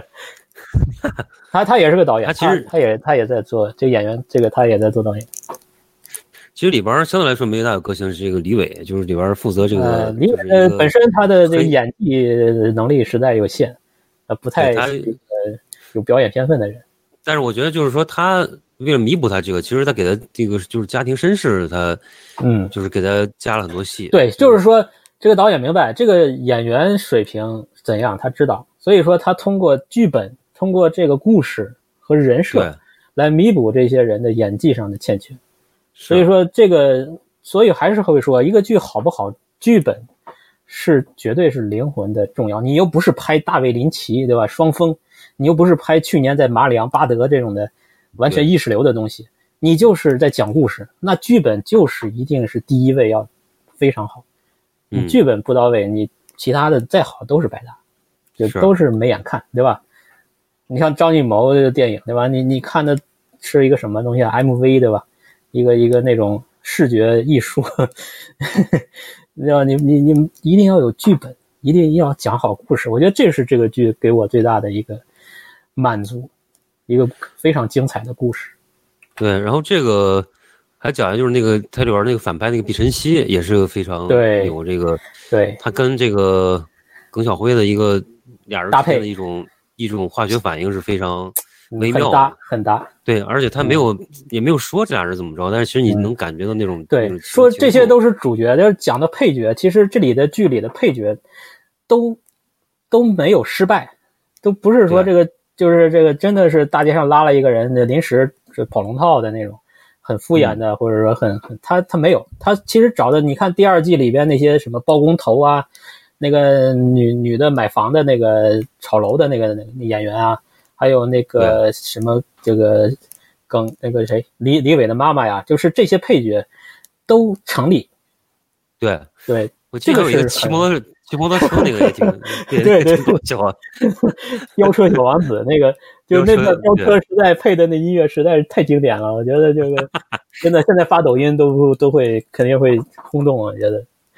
他他也是个导演，
他其实
他, 他也他也在做这个演员，这个他也在做导演。
其实里边相对来说没大有个性是这个李伟，就是里边负责这个。
呃，李伟、就是、本身他的这个演技能力实在有限，呃，不太是一个有表演天分的人。
但是我觉得就是说，他为了弥补他这个，其实他给他这个就是家庭绅士，他
嗯，
就是给他加了很多戏。
对，就是说这个导演明白这个演员水平怎样，他知道，所以说他通过剧本，通过这个故事和人设来弥补这些人的演技上的欠缺。所以说这个，所以还是会说一个剧好不好，剧本是绝对是灵魂的重要。你又不是拍大卫林奇，对吧？双峰，你又不是拍去年在马里昂巴德这种的完全意识流的东西，你就是在讲故事，那剧本就是一定是第一位要非常好。你剧本不到位，你其他的再好都是白搭，就都是没眼看，对吧？你像张艺谋的电影，对吧？你你看的是一个什么东西啊 ？M V， 对吧？一个一个那种视觉艺术，对吧？你你你一定要有剧本，一定要讲好故事。我觉得这是这个剧给我最大的一个满足，一个非常精彩的故事。
对，然后这个还讲的就是那个他里边那个反派那个毕晨曦也是非常有这个，
对，
他跟这个耿小辉的一个俩人搭配的一种一种化学反应是非常微妙的，
很搭很搭。
对，而且他没有、嗯、也没有说这俩人怎么着，但是其实你能感觉到那种、嗯、
对
那种
说这些都是主角，就是讲的配角。其实这里的剧里的配角都都没有失败，都不是说这个就是这个真的是大街上拉了一个人临时跑龙套的那种很敷衍的、嗯、或者说很很他他没有，他其实找的你看第二季里边那些什么包工头啊，那个女女的买房的那个炒楼的那个那个演员啊，还有那个什么这个耿那个谁李李伟的妈妈呀，就是这些配角都成立。
对
对，
我记得有一个骑摩托骑摩托车那个也挺
对对对，
喜欢
飙车小王子那个，就那个飙车时代配的那音乐实在是太经典了，我觉得这个真的现在发抖音都都会肯定会轰动，我觉得。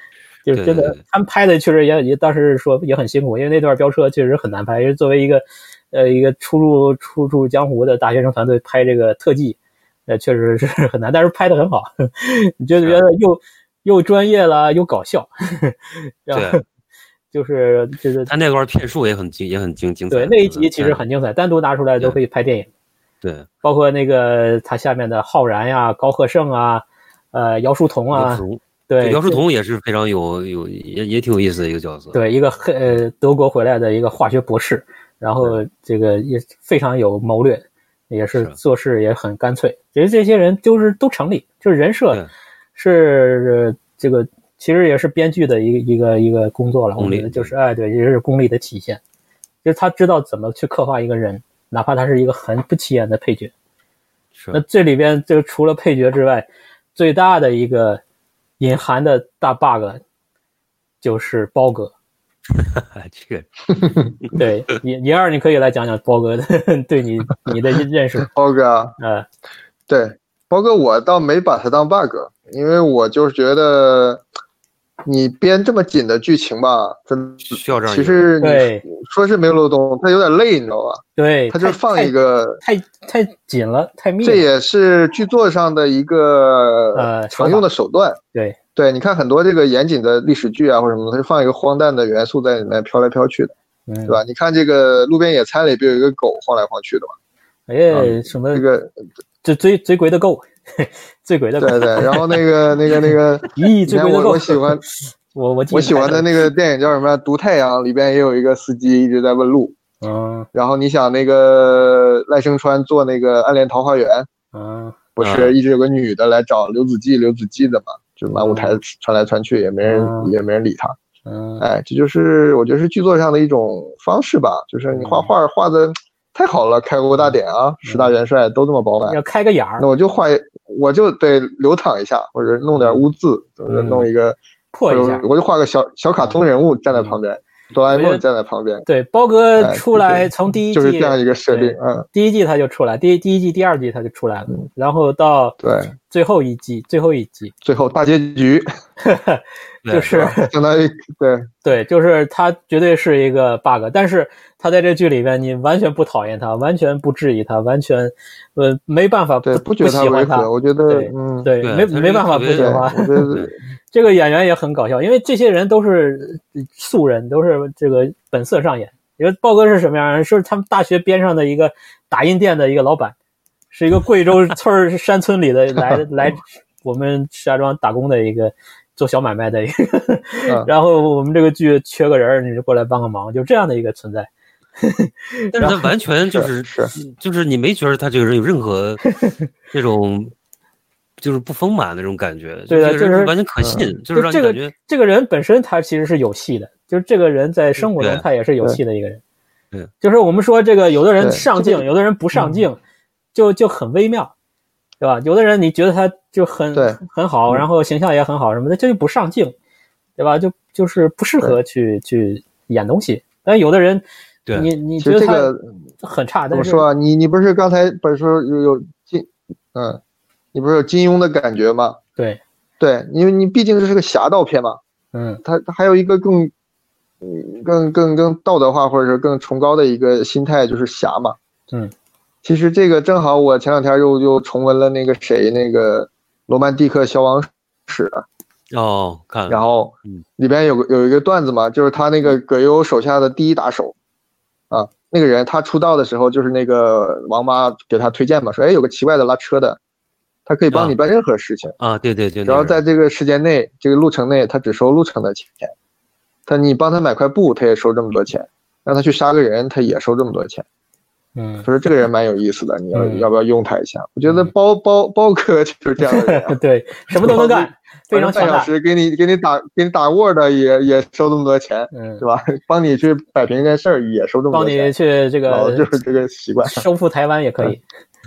就是真的，他们拍的确实也也当时说也很辛苦，因为那段飙车确实很难拍，因为作为一个呃一个初入初入江湖的大学生团队拍这个特技，呃确实是很难，但是拍的很好，你就觉得又又专业了又搞笑，然后就是就是
他那段骗术也很精也很精精彩，
对那一集其实很精彩，单独拿出来都可以拍电影。
对，
包括那个他下面的浩然呀、高鹤胜啊、呃姚书童啊，对，
姚书童也是非常有有也也挺有意思的一个角色。
对，一个呃德国回来的一个化学博士，然后这个也非常有谋略，也是做事也很干脆。其实这些人就是都成立，就是人设是这个其实也是编剧的一个一个一个工作了，我觉得就是哎对，也是功力的体现，就是他知道怎么去刻画一个人。哪怕他是一个很不起眼的配角，那这里边就除了配角之外，最大的一个隐含的大 bug 就是包哥。
这个，
对，银二你可以来讲讲包哥的对你你的认识。
包哥啊，
呃，
对，包哥我倒没把他当 bug， 因为我就是觉得。你编这么紧的剧情吧，真
需要这样。
其实你说是没有漏洞，它有点累，你知道吧？
对，
它就放一个
太太紧了，太密了。
这也是剧作上的一个呃常用的手段。
对
对，你看很多这个严谨的历史剧啊或者什么，它就放一个荒诞的元素在里面飘来飘去的，
嗯、
对吧？你看这个《路边野餐》里不有一个狗晃来晃去的吗？
哎，什么
这个
这追追鬼的狗。醉鬼的
对对，然后那个那个那个，
咦，醉鬼的狗，
我喜欢
我我
我喜欢的那个电影叫什么？《读太阳》里边也有一个司机一直在问路。
嗯，
然后你想那个赖声川做那个《暗恋桃花源》，
嗯，
不是一直有个女的来找刘子骥刘子骥的嘛？就满舞台传来传去，也没人、嗯、也没人理他。
嗯，
哎，这就是我觉得是剧作上的一种方式吧，就是你画画画的。太好了，开国大典啊，嗯、十大元帅都这么饱满，
要开个眼儿，
那我就画，我就得流淌一下，或者弄点污渍，或者弄一个、
嗯、破一下，
我就画个小小卡通人物站在旁边，嗯、哆啦 A 梦站在旁边。
对，包哥出来从第一季、
哎、就是这样一个设定，嗯，
第一季他就出来，第第一季、第二季他就出来了，嗯、然后到
对
最后一季，最后一季，
最后大结局。
就是
相当于对
对，就是他绝对是一个 bug， 但是他在这剧里面，你完全不讨厌他，完全不质疑他，完全呃没办法不
对不觉得他违和，我觉得
对
嗯
对没没办法不喜欢。
我觉得
这个演员也很搞笑，因为这些人都是素人，都是这个本色上演。因为豹哥是什么样的人？是他们大学边上的一个打印店的一个老板，是一个贵州村山村里的来来我们石家庄打工的一个。做小买卖的一个，嗯、然后我们这个剧缺个人，你就过来帮个忙，就这样的一个存在。
但是他完全就是
是
就是你没觉得他这个人有任何这种就是不丰满的那种感觉，
对的，
就是完全可信，嗯、就是让你感觉、
这个、这个人本身他其实是有戏的，就是这个人在生活中他也是有戏的一个人。
对，
就是我们说这个有的人上镜，有的人不上镜，就就很微妙。对吧？有的人你觉得他就很很好，然后形象也很好什么的，这就不上镜，对吧？就就是不适合去去演东西。但有的人，你你觉得他很差，
怎么说啊？你你不是刚才不是说有有金嗯，你不是有金庸的感觉吗？
对
对，因为你毕竟这是个侠盗片嘛，
嗯，
他他还有一个更嗯更更更道德化或者是更崇高的一个心态，就是侠嘛，
嗯。
其实这个正好，我前两天又又重温了那个谁那个《罗曼蒂克消亡史》
哦，看，
然后里边有个有一个段子嘛，就是他那个葛优手下的第一打手啊，那个人他出道的时候就是那个王妈给他推荐嘛，说哎有个奇怪的拉车的，他可以帮你办任何事情
啊，啊对对对，
然后在这个时间内这个路程内他只收路程的钱，他你帮他买块布他也收这么多钱，让他去杀个人他也收这么多钱。
嗯，
所以这个人蛮有意思的，你要、嗯、要不要用他一下？我觉得包包包哥就是这样的人、啊，
对，什么都能干，非常强大。
半小时给你给你打给你打 Word 也也收这么多钱，
嗯，
是吧？帮你去摆平一件事儿也收这么多钱，
帮你去这个
就是这个习惯，
收复台湾也可以。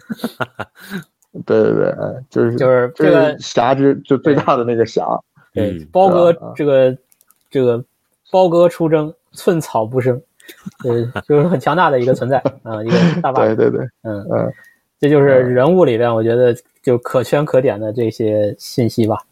对对对，就是
就是这个
侠之就最大的那个侠。
对，嗯、包哥这个、嗯、这个包哥出征，寸草不生。对，就是很强大的一个存在啊、呃，一个大 bug。
对对对，
嗯嗯，这就是人物里边我觉得就可圈可点的这些信息吧。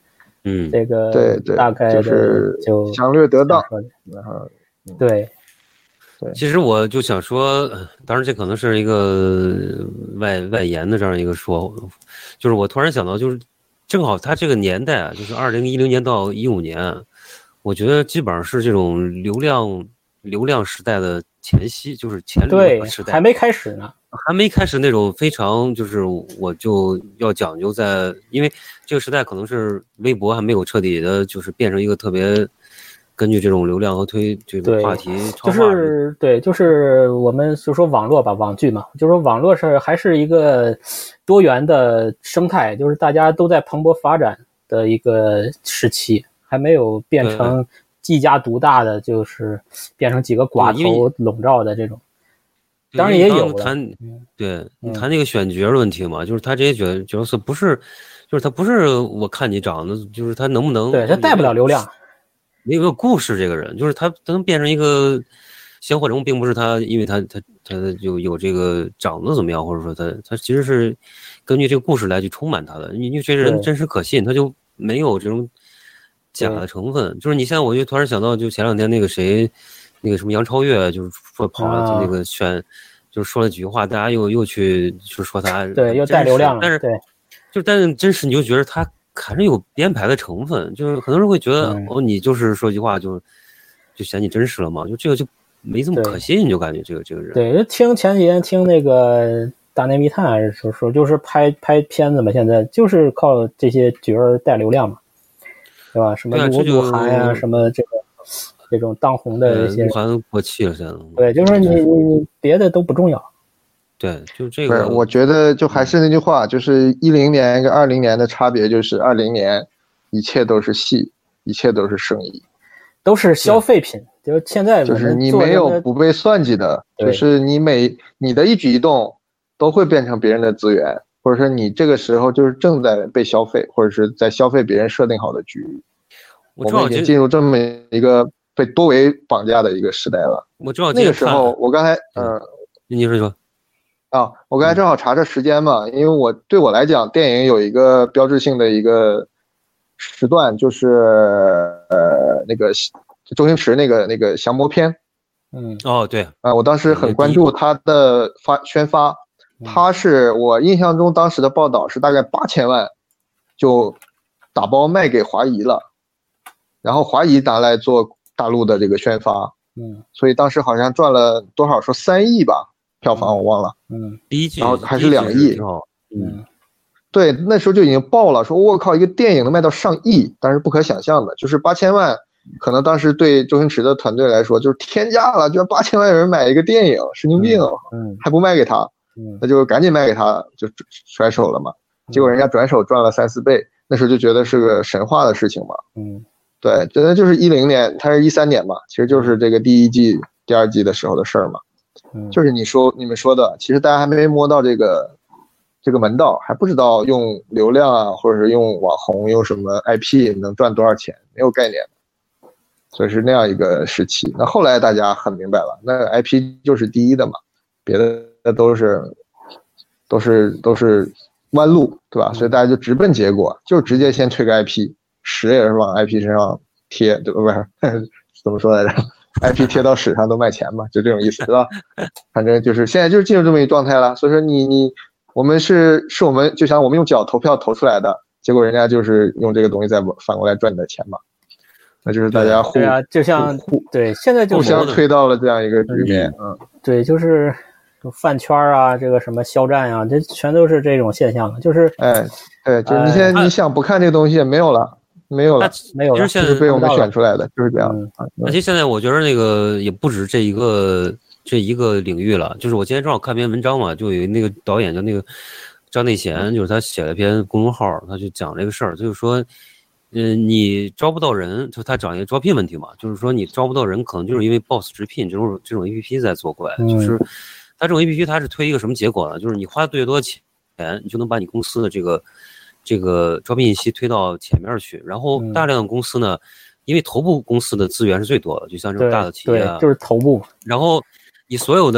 嗯，
这个
对对，
大概
就是
就
详略得当，然后
对。
对，
其实我就想说，当然这可能是一个外外延的这样一个说，就是我突然想到，就是正好他这个年代啊，就是二零一零年到一五年，我觉得基本上是这种流量流量时代的前夕，就是前流量时代，
还没开始呢，
还没开始那种非常就是我就要讲究在，因为这个时代可能是微博还没有彻底的，就是变成一个特别。根据这种流量和推这种话题超
化，就是对，就是我们就说网络吧，网剧嘛，就说网络是还是一个多元的生态，就是大家都在蓬勃发展的一个时期，还没有变成一家独大的，就是变成几个寡头笼罩的这种。当然也有
谈对谈那个选角问题嘛，就是他这些角角色不是，就是他不是我看你长得，就是他能不能
对他带不了流量。
没有故事，这个人就是他，他能变成一个鲜活人物，并不是他，因为他他他就有这个长得怎么样，或者说他他其实是根据这个故事来去充满他的，因为这人真实可信，他就没有这种假的成分。就是你现在，我就突然想到，就前两天那个谁，那个什么杨超越，就是说跑了去那个选，啊、就是说了几句话，大家又又去就说他
对又带流量了，
但是
对，
就但是真实你就觉得他。还是有编排的成分，就是很多人会觉得、嗯、哦，你就是说句话就就显你真实了嘛，就这个就没这么可信，就感觉这个这个人。
对，就听前几天听那个大内密探说说，就是拍拍片子嘛，现在就是靠这些角儿带流量嘛，对吧？什么鹿鹿晗啊，什么这个这种当红的这些。
鹿晗过气了，现在。
对，就是说你你别的都不重要。
对，就这个。
我觉得就还是那句话，就是一零年跟二零年的差别，就是二零年一切都是戏，一切都是生意，
都是消费品。就是现在
就是你没有不被算计的，就是你每你的一举一动都会变成别人的资源，或者说你这个时候就是正在被消费，或者是在消费别人设定好的局域。我们已经进入这么一个被多维绑架的一个时代了。
我知道
那个时候，我刚才嗯、呃，
你说说。
啊，我刚才正好查查时间嘛，因为我对我来讲，电影有一个标志性的一个时段，就是呃那个周星驰那个那个降魔篇。
嗯，哦对，
啊，我当时很关注他的发宣发，他是我印象中当时的报道是大概八千万就打包卖给华谊了，然后华谊拿来做大陆的这个宣发，
嗯，
所以当时好像赚了多少，说三亿吧。票房我忘了，
嗯，
第一季，
然后还是两亿，
嗯，
对，那时候就已经爆了，说我靠，一个电影能卖到上亿，但是不可想象的，就是八千万，可能当时对周星驰的团队来说就是天价了，居然八千万人买一个电影，神经病，
嗯，
还不卖给他，
嗯，
那就赶紧卖给他，就甩手了嘛，结果人家转手赚了三四倍，那时候就觉得是个神话的事情嘛，
嗯，
对，真的就是一零年，他是一三年嘛，其实就是这个第一季、第二季的时候的事儿嘛。就是你说你们说的，其实大家还没摸到这个这个门道，还不知道用流量啊，或者是用网红、用什么 I P 能赚多少钱，没有概念，所以是那样一个时期。那后来大家很明白了，那 I P 就是第一的嘛，别的都是都是都是弯路，对吧？所以大家就直奔结果，就直接先推个 I P， 屎也是往 I P 身上贴，对吧？不是怎么说来着？I P 贴到屎上都卖钱嘛，就这种意思，对吧？反正就是现在就是进入这么一状态了。所以说你你我们是是我们就像我们用脚投票投出来的，结果人家就是用这个东西再反过来赚你的钱嘛。那就是大家互
对啊，就像对现在就
互相推到了这样一个局面，嗯，
对，就是饭圈啊，这个什么肖战啊，这全都是这种现象了。就是
哎，对，就你现在你想不看这个东西也没有了。没有了，
没有了，
其实
是被我们选出来的，就是这样。
那、嗯、其实现在我觉得那个也不止这一个这一个领域了，就是我今天正好看篇文章嘛，就有那个导演叫那个张内贤，就是他写了一篇公众号，他就讲这个事儿，就是说，嗯、呃，你招不到人，就他讲一个招聘问题嘛，就是说你招不到人，可能就是因为 boss 直聘这种这种 A P P 在作怪，
嗯、
就是他这种 A P P 它是推一个什么结果呢？就是你花越多钱，你就能把你公司的这个。这个招聘信息推到前面去，然后大量的公司呢，嗯、因为头部公司的资源是最多的，就像这种大的企业啊，
就是头部。
然后你所有的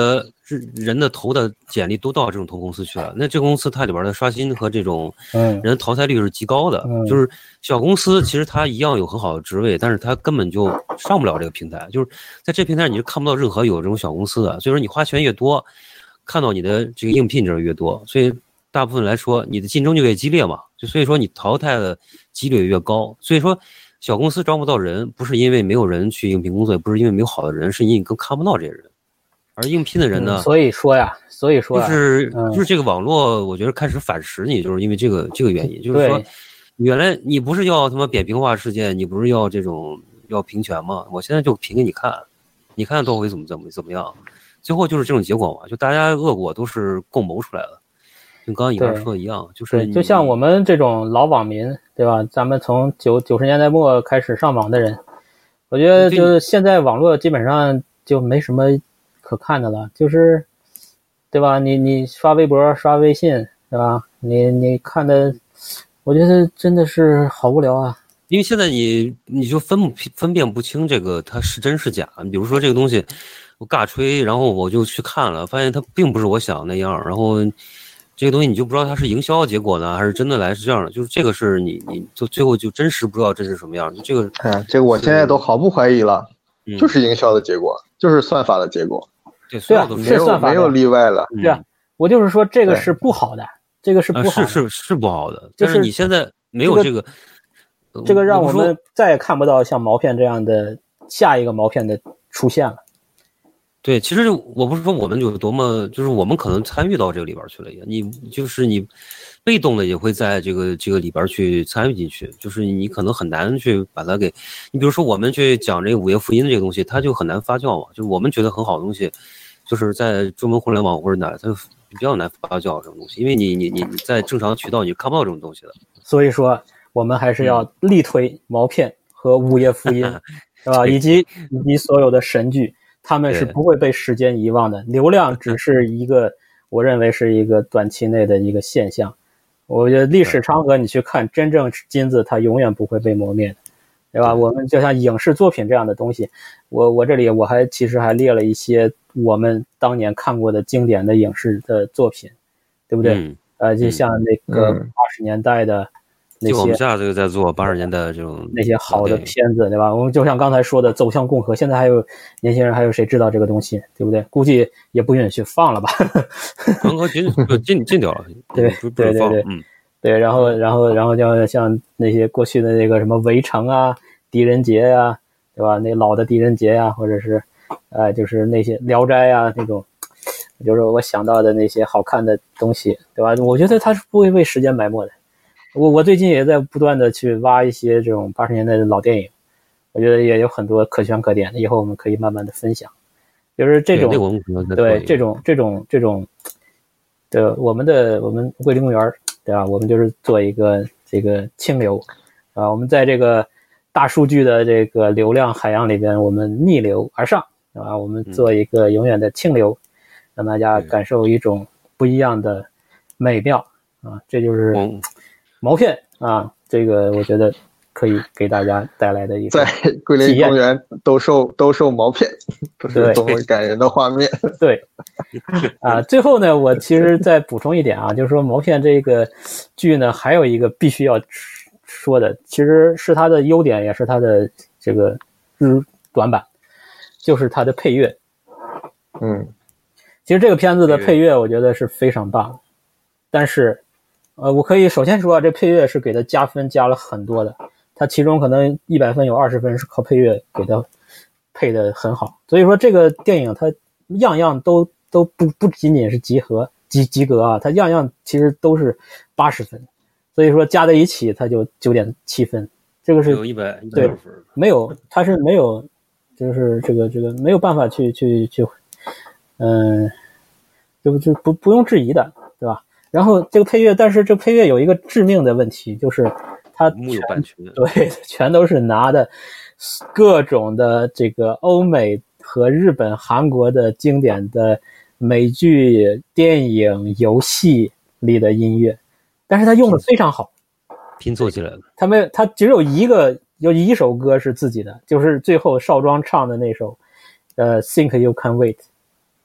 人的投的简历都到这种投公司去了，那这个公司它里边的刷新和这种人淘汰率是极高的。
嗯、
就是小公司其实它一样有很好的职位，但是它根本就上不了这个平台，就是在这平台你是看不到任何有这种小公司的。所以说你花钱越多，看到你的这个应聘者越多，所以大部分来说你的竞争就越激烈嘛，就所以说你淘汰的几率越高。所以说小公司招不到人，不是因为没有人去应聘工作，也不是因为没有好的人，是因为你更看不到这些人。而应聘的人呢、
嗯、所以说呀所以说、啊、
就是、
嗯、
就是这个网络我觉得开始反噬你，就是因为这个这个原因，就是说原来你不是要他妈扁平化世界，你不是要这种要平权吗？我现在就评给你看，你看都会怎么怎么怎么样，最后就是这种结果嘛，就大家恶果都是共谋出来的，跟刚刚一边说的一样，就是
就像我们这种老网民，对吧？咱们从九九十年代末开始上网的人，我觉得就是现在网络基本上就没什么可看的了，就是对吧？你你刷微博刷微信，对吧？你你看的，我觉得真的是好无聊啊。
因为现在你你就分分辨不清这个它是真是假。你比如说这个东西我尬吹，然后我就去看了，发现它并不是我想那样，然后这个东西你就不知道它是营销结果呢还是真的来是这样的，就是这个是你你就最后就真实不知道这是什么样。这个
哎，这个我现在都毫不怀疑了，嗯、就是营销的结果，就是算法的结果。
对，所有的
是算法
没有例外了。
对啊，我就是说这个是不好的，这个是不好的，
啊、是是是不好的。但是你现在没有这个，
这个、这个让我们再也看不到像毛片这样的下一个毛片的出现了。
对，其实我不是说我们有多么，就是我们可能参与到这个里边去了也，你就是你被动的也会在这个这个里边去参与进去，就是你可能很难去把它给，你比如说我们去讲这个午夜福音的这个东西，它就很难发酵嘛，就是我们觉得很好的东西，就是在中文互联网或者哪它比较难发酵这种东西，因为你你你你在正常渠道你看不到这种东西的。
所以说我们还是要力推毛片和午夜福音，是吧？以及以及所有的神剧。他们是不会被时间遗忘的，流量只是一个我认为是一个短期内的一个现象。我觉得历史长河你去看，真正金子它永远不会被磨灭的，对吧？我们就像影视作品这样的东西，我我这里我还其实还列了一些我们当年看过的经典的影视的作品，对不对？
嗯、
呃，就像那个八十年代的那些，
就我们下这个在做八十年代这种
那些好的片子，对吧？我们就像刚才说的《走向共和》，现在还有年轻人，还有谁知道这个东西，对不对？估计也不允许放了吧？
刚刚禁禁禁掉了，
对对对对，
嗯，
对，然后然后然后就像那些过去的那个什么《围城》啊、狄仁杰呀、啊，对吧？那老的狄仁杰呀、啊，或者是呃，就是那些《聊斋》啊那种，就是我想到的那些好看的东西，对吧？我觉得它是不会被时间埋没的。我我最近也在不断的去挖一些这种八十年代的老电影，我觉得也有很多可圈可点的，以后我们可以慢慢的分享。就是这种
对,
对这种这种这种的我们的我们桂林公园，对吧？我们就是做一个这个清流啊，我们在这个大数据的这个流量海洋里边，我们逆流而上，对吧？我们做一个永远的清流，让大家感受一种不一样的美妙啊，这就是毛片啊，这个我觉得可以给大家带来的一个
在桂林公园兜售兜售毛片，不是多么感人的画面。
对，啊，最后呢，我其实再补充一点啊，就是说毛片这个剧呢，还有一个必须要说的，其实是它的优点，也是它的这个日短板，就是它的配乐。
嗯，
其实这个片子的配乐，我觉得是非常棒的，但是。呃，我可以首先说啊，这配乐是给它加分加了很多的，它其中可能一百分有二十分是靠配乐给它配的很好，所以说这个电影它样样都都不不仅仅是及格及及格啊，它样样其实都是八十分，所以说加在一起它就九点七分，这个是
有一百
对分，没有它是没有就是这个这个没有办法去去去嗯，就就不不用质疑的，对吧？然后这个配乐，但是这配乐有一个致命的问题，就是它
木有版权，
对，全都是拿的各种的这个欧美和日本、韩国的经典的美剧、电影、游戏里的音乐，但是它用的非常好，
拼凑起来了。
他们他只有一个有一首歌是自己的，就是最后少庄唱的那首，呃 ，Think You Can Wait。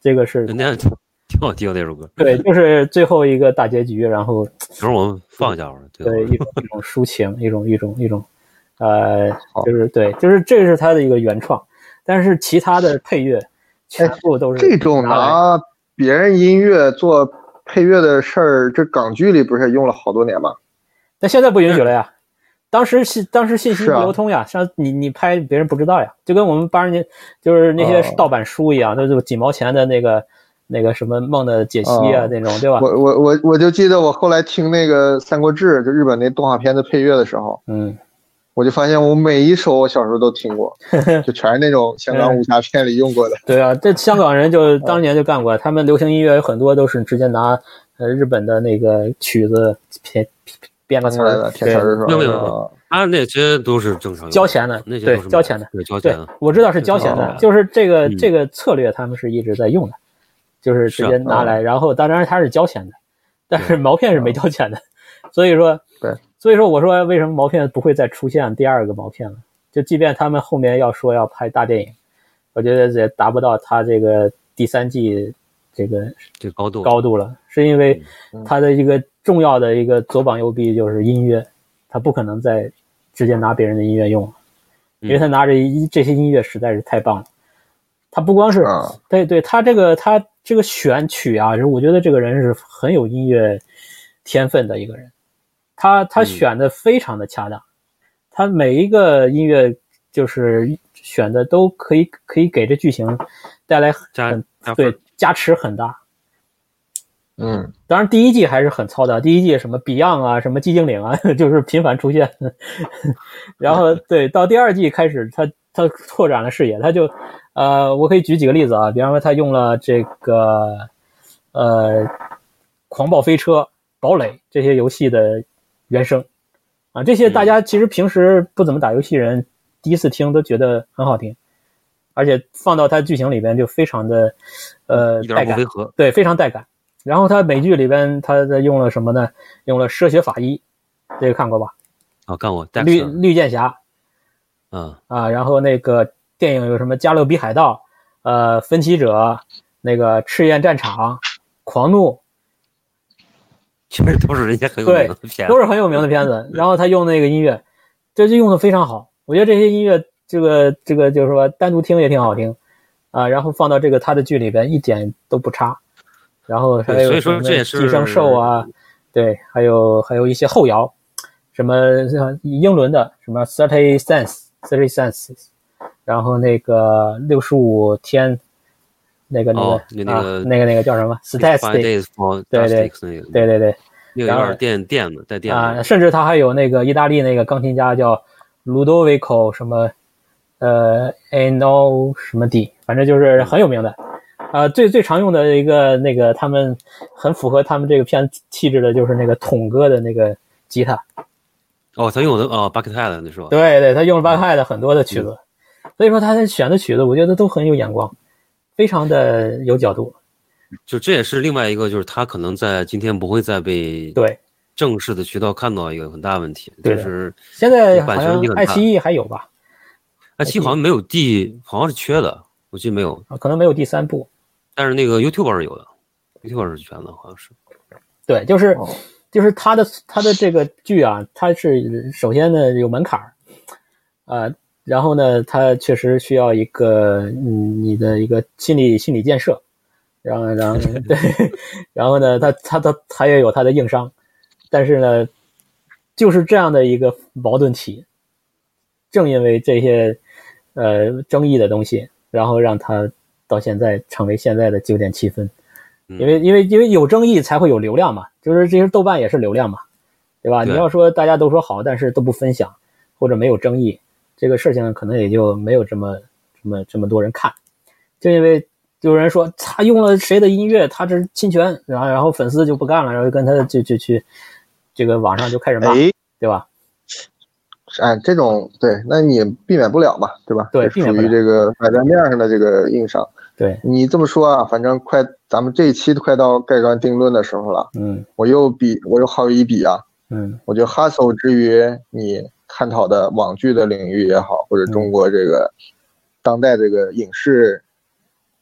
这个是
那挺好听那首歌。
对，就是最后一个大结局，然后
等会儿我们放一下，
对，对一种一种抒情，一种一种一种，呃，就是对，就是这是他的一个原创，但是其他的配乐全部都是
这种拿别人音乐做配乐的事儿，这港剧里不是也用了好多年吗？
但现在不允许了呀。当时信当时信息不流通呀，像、啊、你你拍别人不知道呀，就跟我们八十年就是那些盗版书一样，都、哦、是几毛钱的那个那个什么梦的解析啊、哦、那种，对吧？
我我我我就记得我后来听那个《三国志》就日本那动画片的配乐的时候，
嗯，
我就发现我每一首我小时候都听过，就全是那种香港武侠片里用过的。
对啊，这香港人就当年就干过，他们流行音乐有很多都是直接拿呃日本的那个曲子编编个词儿
的，填词儿是吧？
没有没有，他那些都是正常
交钱的，
那些
对交钱的，
对交钱的。
我知道是交钱的，就是这个、
嗯、
这个策略他们是一直在用的，就是直接拿来，然后当然他是交钱的，但是毛片是没交钱的，所以说
对，
所以说我说为什么毛片不会再出现第二个毛片了？就即便他们后面要说要拍大电影，我觉得也达不到他这个第三季这个
这高度
高度了，是因为他的一个重要的一个左膀右臂就是音乐，他不可能再直接拿别人的音乐用了，因为他拿着这些音乐实在是太棒了。他不光是对对，他这个他这个选曲啊，我觉得这个人是很有音乐天分的一个人，他他选的非常的恰当，他每一个音乐就是选的都可以可以给这剧情带来很对加持很大。
嗯，
当然第一季还是很糙的，第一季什么 Beyond 啊，什么寂静岭啊，就是频繁出现。然后对，到第二季开始，他他拓展了视野，他就呃，我可以举几个例子啊，比方说他用了这个呃，狂暴飞车、堡垒这些游戏的原声啊，这些大家其实平时不怎么打游戏人，第一次听都觉得很好听，而且放到他剧情里边就非常的呃带感，对，非常带感。然后他美剧里边他用了什么呢？用了嗜血法医，这个看过吧？
哦，看过。
绿绿箭侠，
嗯
啊，然后那个电影有什么加勒比海盗，呃，分歧者，那个赤焰战场，狂怒，
全是都是人家很有名的片子，
都是很有名的片子。然后他用那个音乐，这就用的非常好。我觉得这些音乐，这个这个就是说单独听也挺好听啊，然后放到这个他的剧里边一点都不差。然后还有什么寄生兽啊，对，还有还有一些后摇，什么英伦的什么 thirty cents thirty cents， 然后那个六十五天，那个那个、
哦、那个、
啊、那个那个叫什么 statistic， 对对对对对，
那个有点电电的带电的
啊，甚至他还有那个意大利那个钢琴家叫 Ludovico 什么呃 Einaudi 什么 D， 反正就是很有名的。呃，最最常用的一个那个他们很符合他们这个片气质的就是那个统歌的那个吉他。
哦，他用的哦 Buckethead 那是吧？
对对，他用了 Buckethead 很多的曲子、嗯，所以说他选的曲子我觉得都很有眼光，非常的有角度。
就这也是另外一个，就是他可能在今天不会再被
对
正式的渠道看到一个很大问题，
对
就是
现在好像爱奇艺还有吧？
爱奇艺好像没有第，好像是缺的，我记得没有，
可能没有第三部。但
是那个 YouTube 是有的 ，YouTube 是全的，好像是。
对，就是、哦、就是他的他的这个剧啊，它是首先呢有门槛儿，呃，然后呢，它确实需要一个嗯你的一个心理心理建设，然后然后对，然后呢，它它它它也有它的硬伤，但是呢，就是这样的一个矛盾体，正因为这些呃争议的东西，然后让它到现在成为现在的九点七分，因为因为因为有争议才会有流量嘛，就是这些豆瓣也是流量嘛，对吧？
对，
你要说大家都说好，但是都不分享或者没有争议，这个事情可能也就没有这么这么这么多人看，就因为有人说他用了谁的音乐，他这是侵权，然后然后粉丝就不干了，然后跟他就就去这个网上就开始骂，
哎、
对吧？
哎，这种对，那你避免不了嘛，对吧？
对，避免不了
属于这个摆在面上的这个硬伤。
对，
你这么说啊，反正快，咱们这一期都快到盖棺定论的时候了。
嗯，
我又比，我又好一比啊。
嗯，
我觉得 hustle 之于你探讨的网剧的领域也好，或者中国这个当代这个影视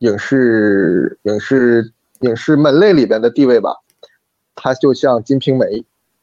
影视影视影视门类里边的地位吧，它就像《金瓶梅》。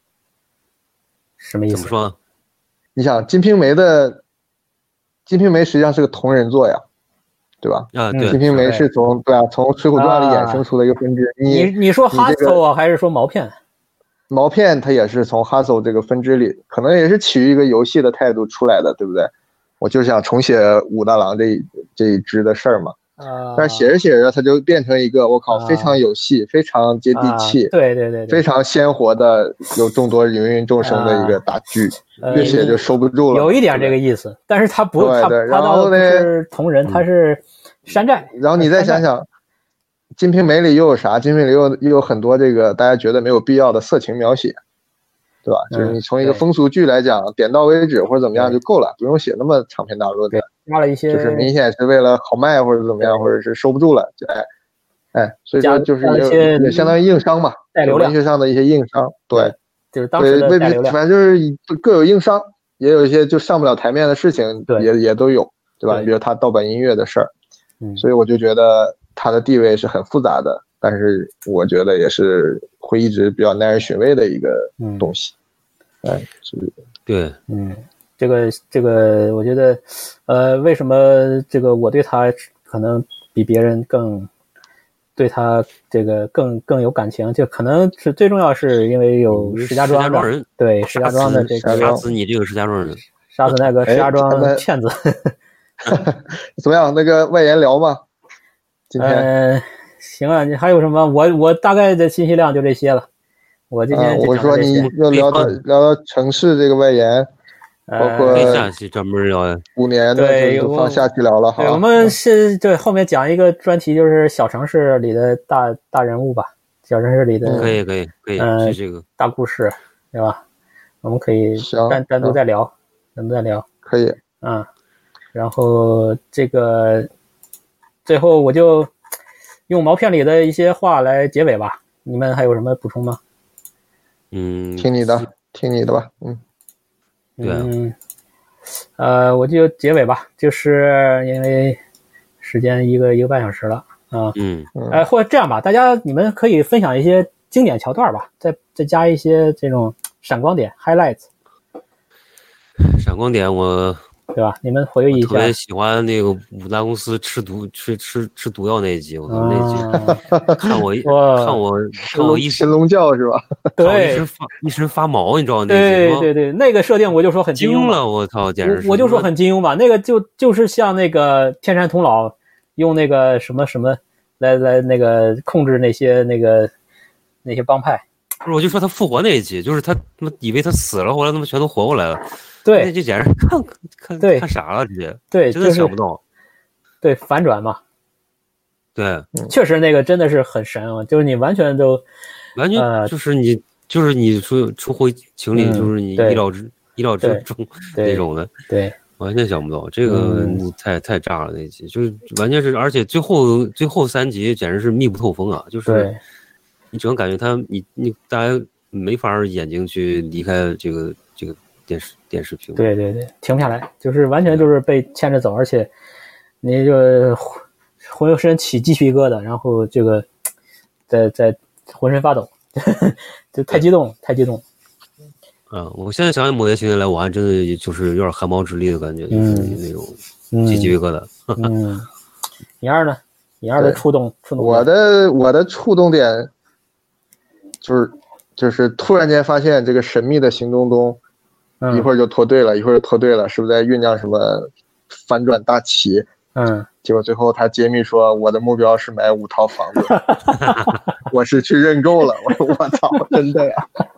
什么意思？
怎么说？
你想，《金瓶梅》的《金瓶梅》实际上是个同人作呀，对吧？
啊，对，
《金瓶梅》是从对啊，从《水浒传》里衍生出的一个分支。
你
你
你说哈搜啊，还是说毛片？
毛片它也是从哈搜这个分支里，可能也是起于一个游戏的态度出来的，对不对？我就想重写武大郎这这一支的事儿嘛。
啊，
但是写着写着，它就变成一个我靠，非常有戏、非常接地气、
啊、对对 对, 对，
非常鲜活的有众多芸芸众生的一个大剧，
啊、
越写就收不住了。
有一点这个意思，但是它不，
对
它
对，
它倒不是同人，它是山寨。
然后你再想想，《金瓶梅》里又有啥？《金瓶梅》里又又有很多这个大家觉得没有必要的色情描写，对吧？就是你从一个风俗剧来讲，点到为止或者怎么样就够了，不用写那么长篇大论的。
加了一些，
就是明显是为了好卖或者怎么样，或者是收不住了，就哎哎，所以说就是也也相当于硬伤嘛，
带流量
文学上的一些硬伤，对，
就是当时的带流量，
反正就是各有硬伤，也有一些就上不了台面的事情，也也都有，对吧？比如他盗版音乐的事儿，所以我就觉得他的地位是很复杂的，但是我觉得也是会一直比较耐人寻味的一个东西，哎，是，
对，
嗯。这个这个，我觉得，呃，为什么这个我对他可能比别人更对他这个更更有感情？就可能是最重要是因为有石家庄的，
人
对石家庄的这个
杀死你这个石家庄人，
杀死那个石家庄骗子。
怎么样？那个外延聊吗？今天、
呃、行啊，你还有什么？我我大概的信息量就这些了。我今天、
啊、我说你要聊到聊到城市这个外延。包括
下期专门聊呀，
五年的就放下期聊了。好，
我们是对后面讲一个专题，就是小城市里的大大人物吧，小城市里的
可以可以可以，
嗯、呃，
这个
大故事，对吧？我们可以单单独再聊，单独再聊，
可以，
嗯，然后这个最后我就用毛片里的一些话来结尾吧，你们还有什么补充吗？
嗯，
听你的，听你的吧，嗯。
对、啊，
嗯，呃，我就结尾吧，就是因为时间一个一个半小时了啊，
嗯，
呃，或者这样吧，大家你们可以分享一些经典桥段吧，再再加一些这种闪光点 highlights。
闪光点我。
对吧？你们回忆一下。
我特别喜欢那个五大公司吃毒吃吃吃毒药那一集，我操、啊、那集看我看我看我一
神龙教是吧？
对，
一身发一身发毛，你知道那
集吗？对对对，那个设定我就说很金庸
了，我操，简直是！
我就说很金庸吧，那个就就是像那个天山童姥用那个什么什么来来那个控制那些那个那些帮派。
不是，我就说他复活那一集，就是他他妈以为他死了，后来他妈全都活过来了。
对，
那就简直看看
对
看傻了，直接
对，
真的想不到。
就是、对，反转嘛。
对，
确实那个真的是很神啊，就是你完全都
完全就是你、呃、就是你出出乎情理、嗯，就是你意料之意料之中那种的。
对，
完全想不到，这个
嗯、
太太炸了那集，就是完全是，而且最后最后三集简直是密不透风啊，就是你只能感觉他你你大家没法眼睛去离开这个这个。电视电视屏，
对对对，停不下来，就是完全就是被牵着走，而且你就浑身起鸡皮疙瘩，然后这个在在浑身发抖，就太激动，太激动。
啊，我现在想起某些情节来，我还真的就是有点汗毛直立的感觉，
嗯、
就是那种起鸡皮疙瘩。
嗯，嗯你二呢？你二的触动触动，
我的我的触动点就是就是突然间发现这个神秘的邢东东。
嗯、
一会儿就脱队了，一会儿就脱队了，是不是在酝酿什么反转大棋？
嗯，
结果最后他揭秘说，我的目标是买五套房子，我是去认购了。我说我操，真的呀！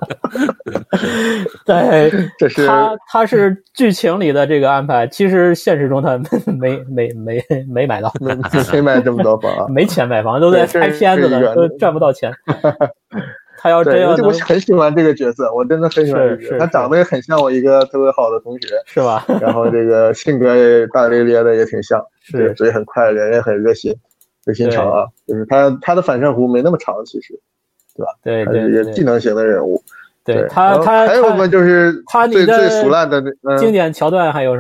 对，
这是
他他是剧情里的这个安排，其实现实中他没没没没买到，
没没买这么多房，
没钱买房，都在拍片子呢，都赚不到钱。他要真要，
我很喜欢这个角色，我真的很喜欢这个角色。他长得也很像我一个特别好的同学，
是吧？
然后这个性格也大咧咧的，也挺像，
是
嘴很快，人也很热心，热心肠啊。就是他他的反射弧没那么长，其实，对吧？
对对，
他是一个技能型的人物。
对他他
还有个就是
他
最最俗烂的
经典桥段还有什么？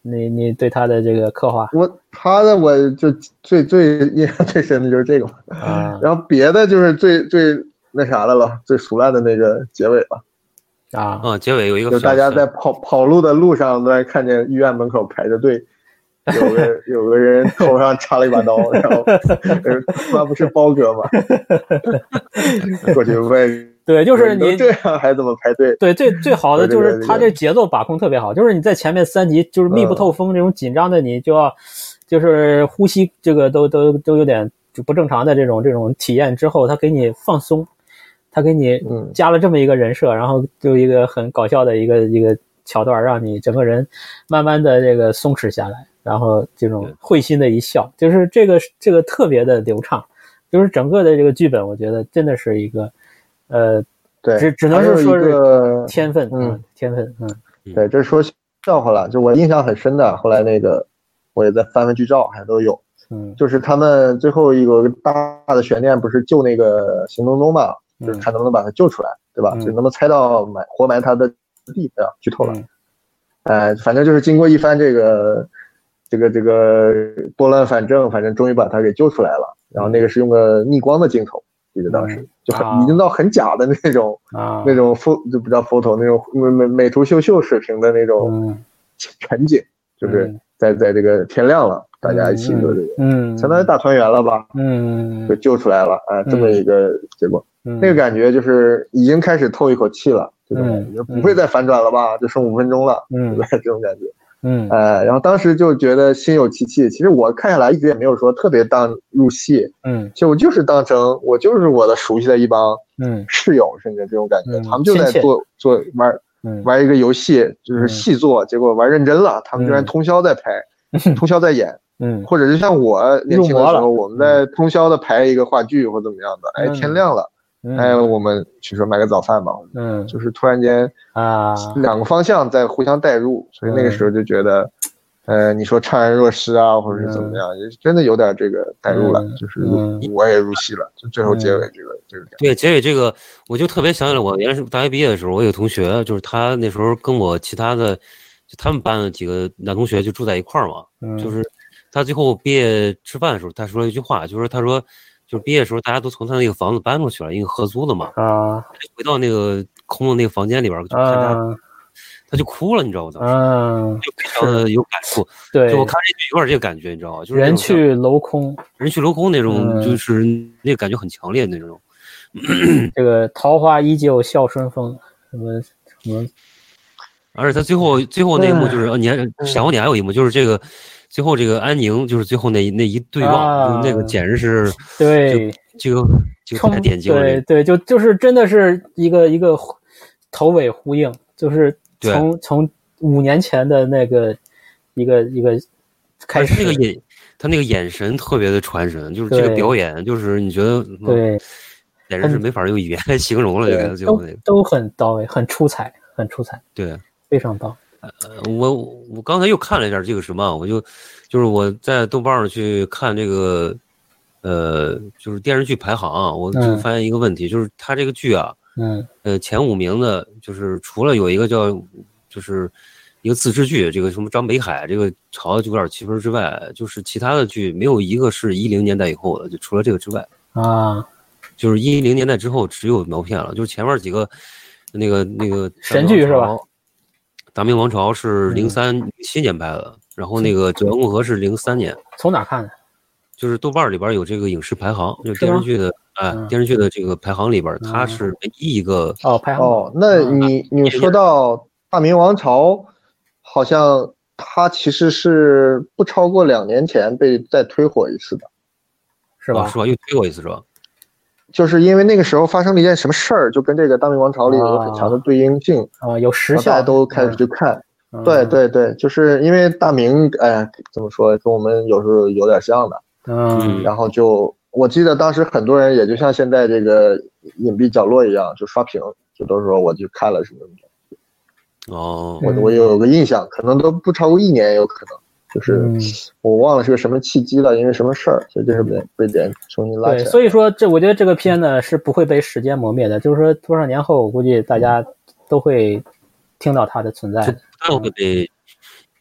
你你对他的这个刻画？
我他的我就最最印象最深的就是这个嘛，
啊，
然后别的就是最最那啥的了，最熟烂的那个结尾吧。
啊
啊，结尾有一个
就大家在跑跑路的路上，都在看见医院门口排着队，有个有个人头上插了一把刀，然后那不是包哥吗？过去问。
对，就是你
这样还怎么排队？
对，最最好的就是他这节奏把控特别好，就是你在前面三集就是密不透风，这种紧张的你就要就是呼吸这个都都都有点就不正常的这种这种体验之后，他给你放松，他给你加了这么一个人设，然后就一个很搞笑的一个一个桥段，让你整个人慢慢的这个松弛下来，然后这种会心的一笑，就是这个这个特别的流畅，就是整个的这个剧本，我觉得真的是一个。呃，
对，
只只能是说是天分，嗯，天分，嗯，
对，这说笑话了，就我印象很深的，后来那个我也在翻翻剧照，还都有，
嗯，
就是他们最后一个大的悬念不是救那个邢东东嘛，嗯、就是看能不能把他救出来，对吧？嗯、就能不能猜到埋活埋他的地，对吧？剧透了，哎、嗯呃，反正就是经过一番这个这个这个拨乱反正，反正终于把他给救出来了，然后那个是用个逆光的镜头。记得当时就很、啊、已经到很假的那种、啊、那种 photo 就不叫 photo 那种美美图秀秀水平的那种全景，嗯、就是在在这个天亮了，嗯、大家一起就这个，嗯，相当于大团圆了吧，嗯，就救出来了，哎、呃，这么一个结果，嗯，那个感觉就是已经开始透一口气了，这种感觉、嗯、不会再反转了吧？就剩五分钟了，嗯，这种感觉。嗯，呃，然后当时就觉得心有戚戚。其实我看下来一直也没有说特别当入戏，嗯，其实我就是当成我就是我的熟悉的一帮嗯室友，甚至这种感觉，嗯、他们就在做做玩、嗯、玩一个游戏，就是细做，嗯、结果玩认真了，他们居然通宵在拍，嗯、通宵在演，嗯，或者就像我年轻的时候，我们在通宵的排一个话剧或怎么样的，哎，天亮了。嗯、哎，我们去说买个早饭吧，嗯，就是突然间啊，两个方向在互相带入，所以那个时候就觉得，嗯、呃，你说怅然若失啊，或者是怎么样，也、嗯、真的有点这个带入了，嗯、就是我也入戏了，就最后结尾这个、嗯、这个感觉。
对，结尾这个，我就特别想起来，我原来是大学毕业的时候，我有同学，就是他那时候跟我其他的，就他们班的几个男同学就住在一块儿嘛，嗯、就是他最后毕业吃饭的时候，他说了一句话，就是他说。就是毕业的时候，大家都从他那个房子搬出去了，因为合租的嘛。啊，回到那个空的那个房间里边，就看他，啊、他就哭了，你知道吗？嗯，就非常的有感触。对，就我看这剧有点这个感觉，你知道吗？就是
人去楼空，
人去楼空那种，嗯、就是那个感觉很强烈那种。
这个桃花依旧笑春风，什么什么。
而且他最后最后那一幕就是，嗯、你还想过你还有一幕就是这个。最后这个安宁就是最后那那一对望，啊、那个简直是
对
这个这个太点睛了。
对对，就就是真的是一个一个头尾呼应，就是从从五年前的那个一个一个开始，
那个眼他那个眼神特别的传神，就是这个表演，就是你觉得
对，
简直是没法用语言来形容了。这个最后那个
都很到位，很出彩，很出彩，
对，
非常棒。
呃，我我刚才又看了一下这个什么，我就就是我在豆瓣上去看这个，呃，就是电视剧排行，我就发现一个问题，嗯、就是它这个剧啊，嗯，呃，前五名的，就是除了有一个叫，就是一个自制剧，这个什么张北海这个炒了九点七分之外，就是其他的剧没有一个是一零年代以后的，就除了这个之外啊，就是一零年代之后只有毛片了，就是前面几个那个那个
神剧是吧？
大明王朝是零三零七年拍的，嗯、然后那个九阳共和是零三年。
从哪看的？
就是豆瓣里边有这个影视排行，就电视剧的哎，嗯、电视剧的这个排行里边，它是唯一一个
哦排行
哦。那你你说到大明王朝，好像它其实是不超过两年前被再推火一次的，
是吧？
哦、是吧？又推过一次是吧？
就是因为那个时候发生了一件什么事儿，就跟这个大明王朝里有很强的对应性
啊，有时效，
大家都开始去看。嗯、对对对，就是因为大明，哎呀，怎么说，跟我们有时候有点像的。嗯，然后就我记得当时很多人也就像现在这个隐蔽角落一样，就刷屏，就都说我去看了什么什么。
哦，
我我有个印象，可能都不超过一年，有可能。就是我忘了是个什么契机了，因为什么事儿，所以这是被被点重新拉起来。
对，所以说这我觉得这个片呢是不会被时间磨灭的，就是说多少年后，我估计大家都会听到它的存在。
它会被，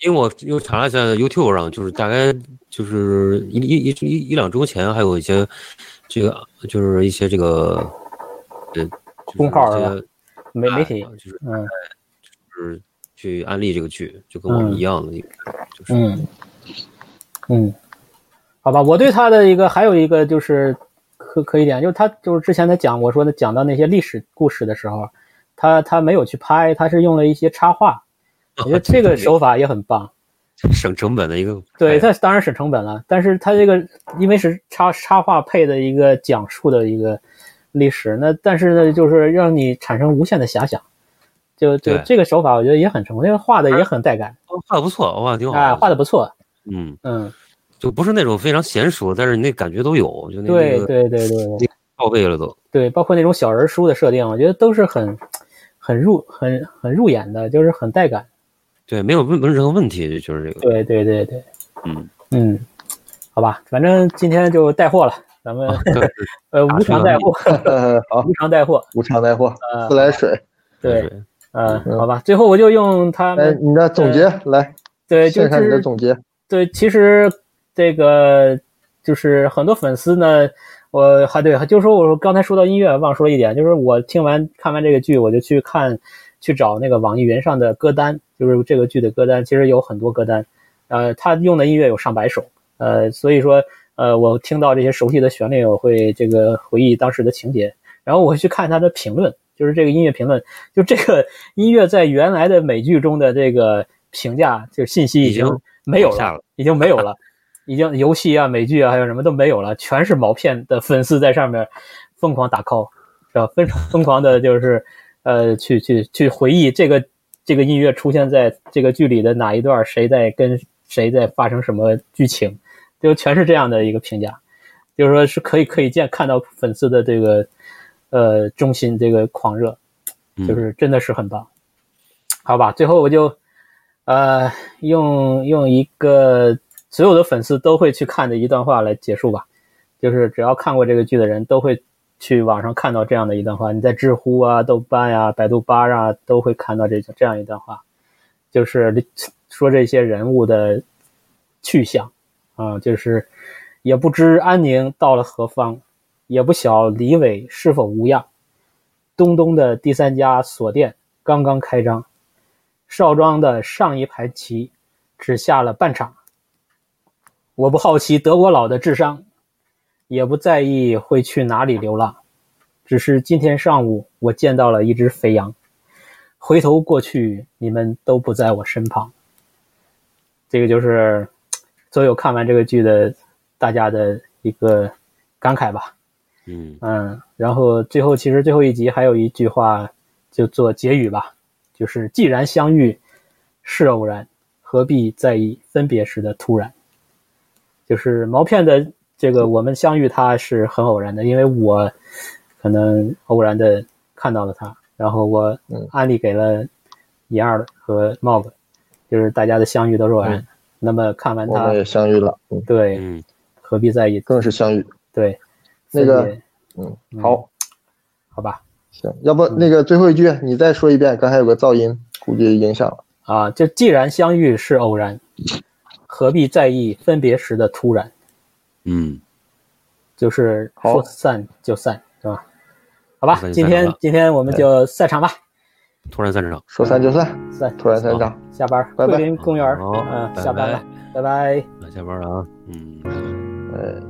因为我又查了一下 YouTube 上，就是大概就是一一一一一两周前，还有一些这个就是一些这个呃
公号是吧？媒
媒
体
就是
嗯，
就是去安利这个剧，就跟我们一样的，就是
嗯嗯，好吧，我对他的一个还有一个就是可可以点，就是他就是之前他讲我说的讲到那些历史故事的时候，他他没有去拍，他是用了一些插画。我觉得这个手法也很棒，
省成本的一个。
对，它当然省成本了，但是它这个因为是插插画配的一个讲述的一个历史，那但是呢，就是让你产生无限的遐想，就就这个手法我觉得也很成功，因为画的也很带感，
画的不错，画的挺好，
哎，画的不错，
嗯
嗯，
就不是那种非常娴熟，但是你那感觉都有，就那个
对对对对对，
到位了都，
对，包括那种小人书的设定，我觉得都是很很入很很入眼的，就是很带感。
对，没有问没有任何问题，就是这个。
对对对对，
嗯
嗯，好吧，反正今天就带货了，咱们呃无偿带货，
好，
无偿带货，
无偿带货，
呃，
自来水。
对，呃，好吧，最后我就用他们，
哎，你的总结来，
对，就是
你的总结。
对，其实这个就是很多粉丝呢，我还对，就是说我刚才说到音乐，忘说一点，就是我听完看完这个剧，我就去看。去找那个网易云上的歌单，就是这个剧的歌单，其实有很多歌单，呃，他用的音乐有上百首，呃，所以说，呃，我听到这些熟悉的旋律，我会这个回忆当时的情节，然后我会去看他的评论，就是这个音乐评论，就这个音乐在原来的美剧中的这个评价，就是信息已经没有了，已经没有了，已经游戏啊、美剧啊，还有什么都没有了，全是毛片的粉丝在上面疯狂打 call， 是吧？疯疯狂的就是。呃，去去去回忆这个这个音乐出现在这个剧里的哪一段，谁在跟谁在发生什么剧情，就全是这样的一个评价，就是说是可以可以见看到粉丝的这个呃衷心这个狂热，就是真的是很棒。好吧，最后我就呃用用一个所有的粉丝都会去看的一段话来结束吧，就是只要看过这个剧的人都会。去网上看到这样的一段话，你在知乎啊、豆瓣啊、百度吧啊都会看到这这样一段话，就是说这些人物的去向啊，就是也不知安宁到了何方，也不晓李伟是否无恙。东东的第三家锁店刚刚开张，邵庄的上一盘棋只下了半场。我不好奇德国佬的智商。也不在意会去哪里流浪，只是今天上午我见到了一只肥羊，回头过去你们都不在我身旁。这个就是所有看完这个剧的大家的一个感慨吧。
嗯
嗯，然后最后其实最后一集还有一句话就做结语吧，就是既然相遇是偶然，何必在意分别时的突然。就是毛片的这个我们相遇它是很偶然的，因为我可能偶然的看到了它，然后我安利给了一二和茂哥，就是大家的相遇都是偶然、嗯、那么看完它
我们也相遇了、
嗯、对、
嗯、
何必在意
更是相遇。
对
那个嗯好、
嗯、好吧
行，要不那个最后一句你再说一遍，刚才有个噪音估计影响了
啊，就既然相遇是偶然，何必在意分别时的突然。
嗯，
就是说散就散，是吧？好吧，今天今天我们就散场吧。
突然散场，
说散就散，
散
突然散场，
下班。
拜拜。
桂林公园，嗯，下班了，拜拜。
下班了啊，嗯，
哎，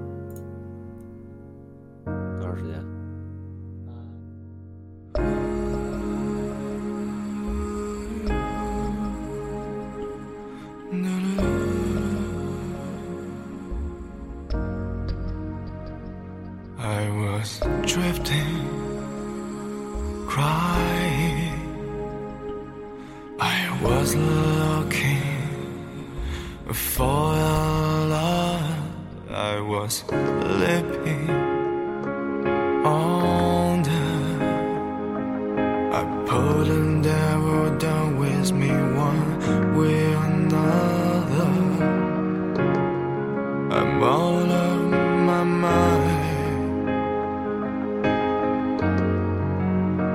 多长时间？
I was drifting, crying. I was looking for your love. I was living on the. I pulled and devil down with me one way or another. I'm all of my mind.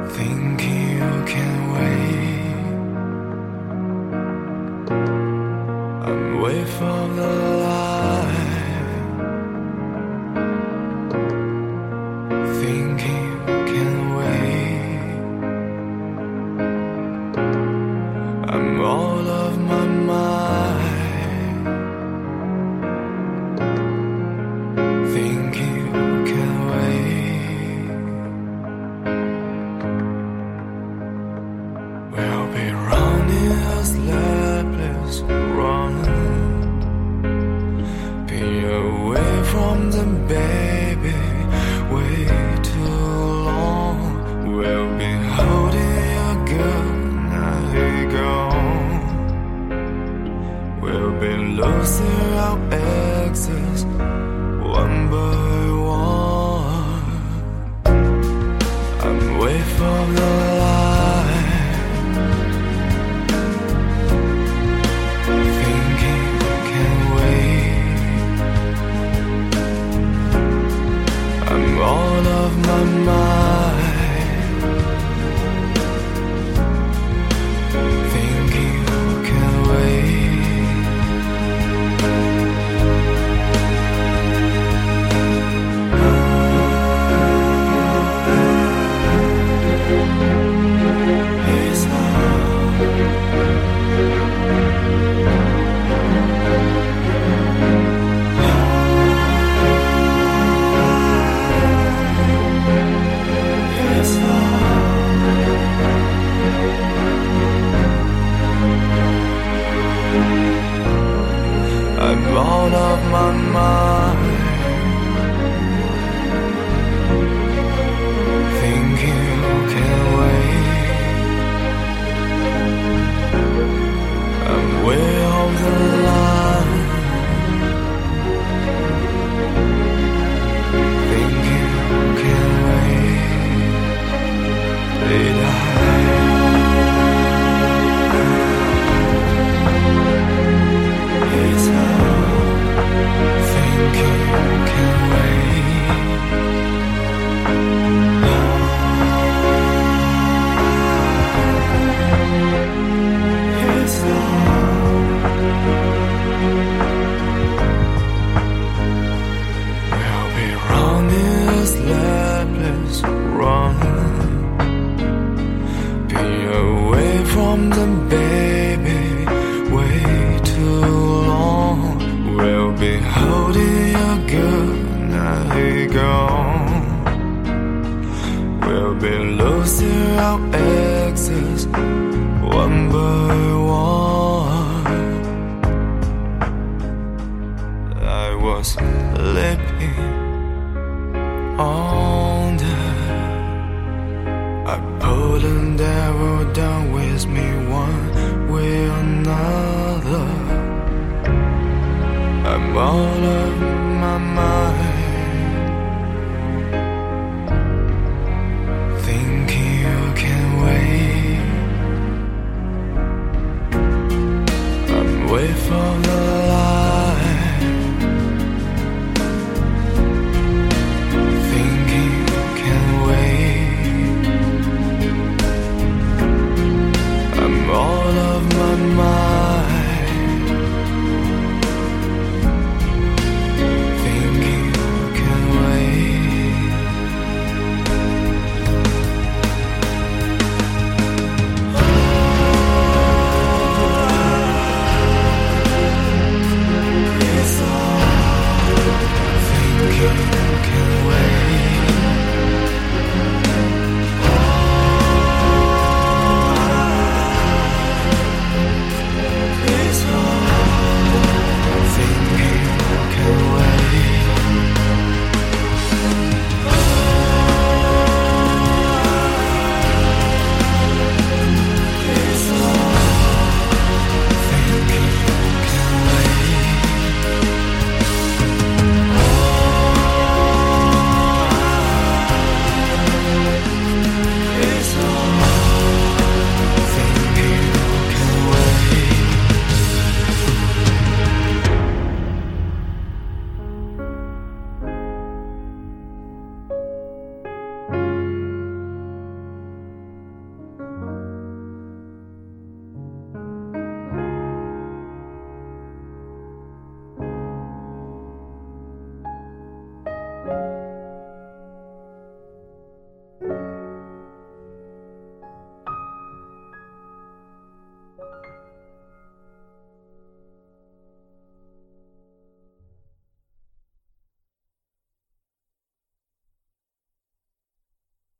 Thinking you can wait. whiff of the light, thinking you can wait. I'm all of my mind, thinking you can wait. We'll be running a sleepless run, be away from the baby way too long. We'll be holding your good night gone. We'll be losing our exes one by one. I'm way from the light, thinking you can wait. I'm all of my mind, thinking you can wait. It's I'm out of my mind, thinking you can wait. I'm way off the line, thinking you can wait. Did I? It's thinking you can wait. It's we'll be running a sleepless run, be away from the baby way too long. We'll be holding your good night gone. We'll be losing our exes one by one. I was living on there. I pulled the devil down with me one way or another. I'm all of my mind.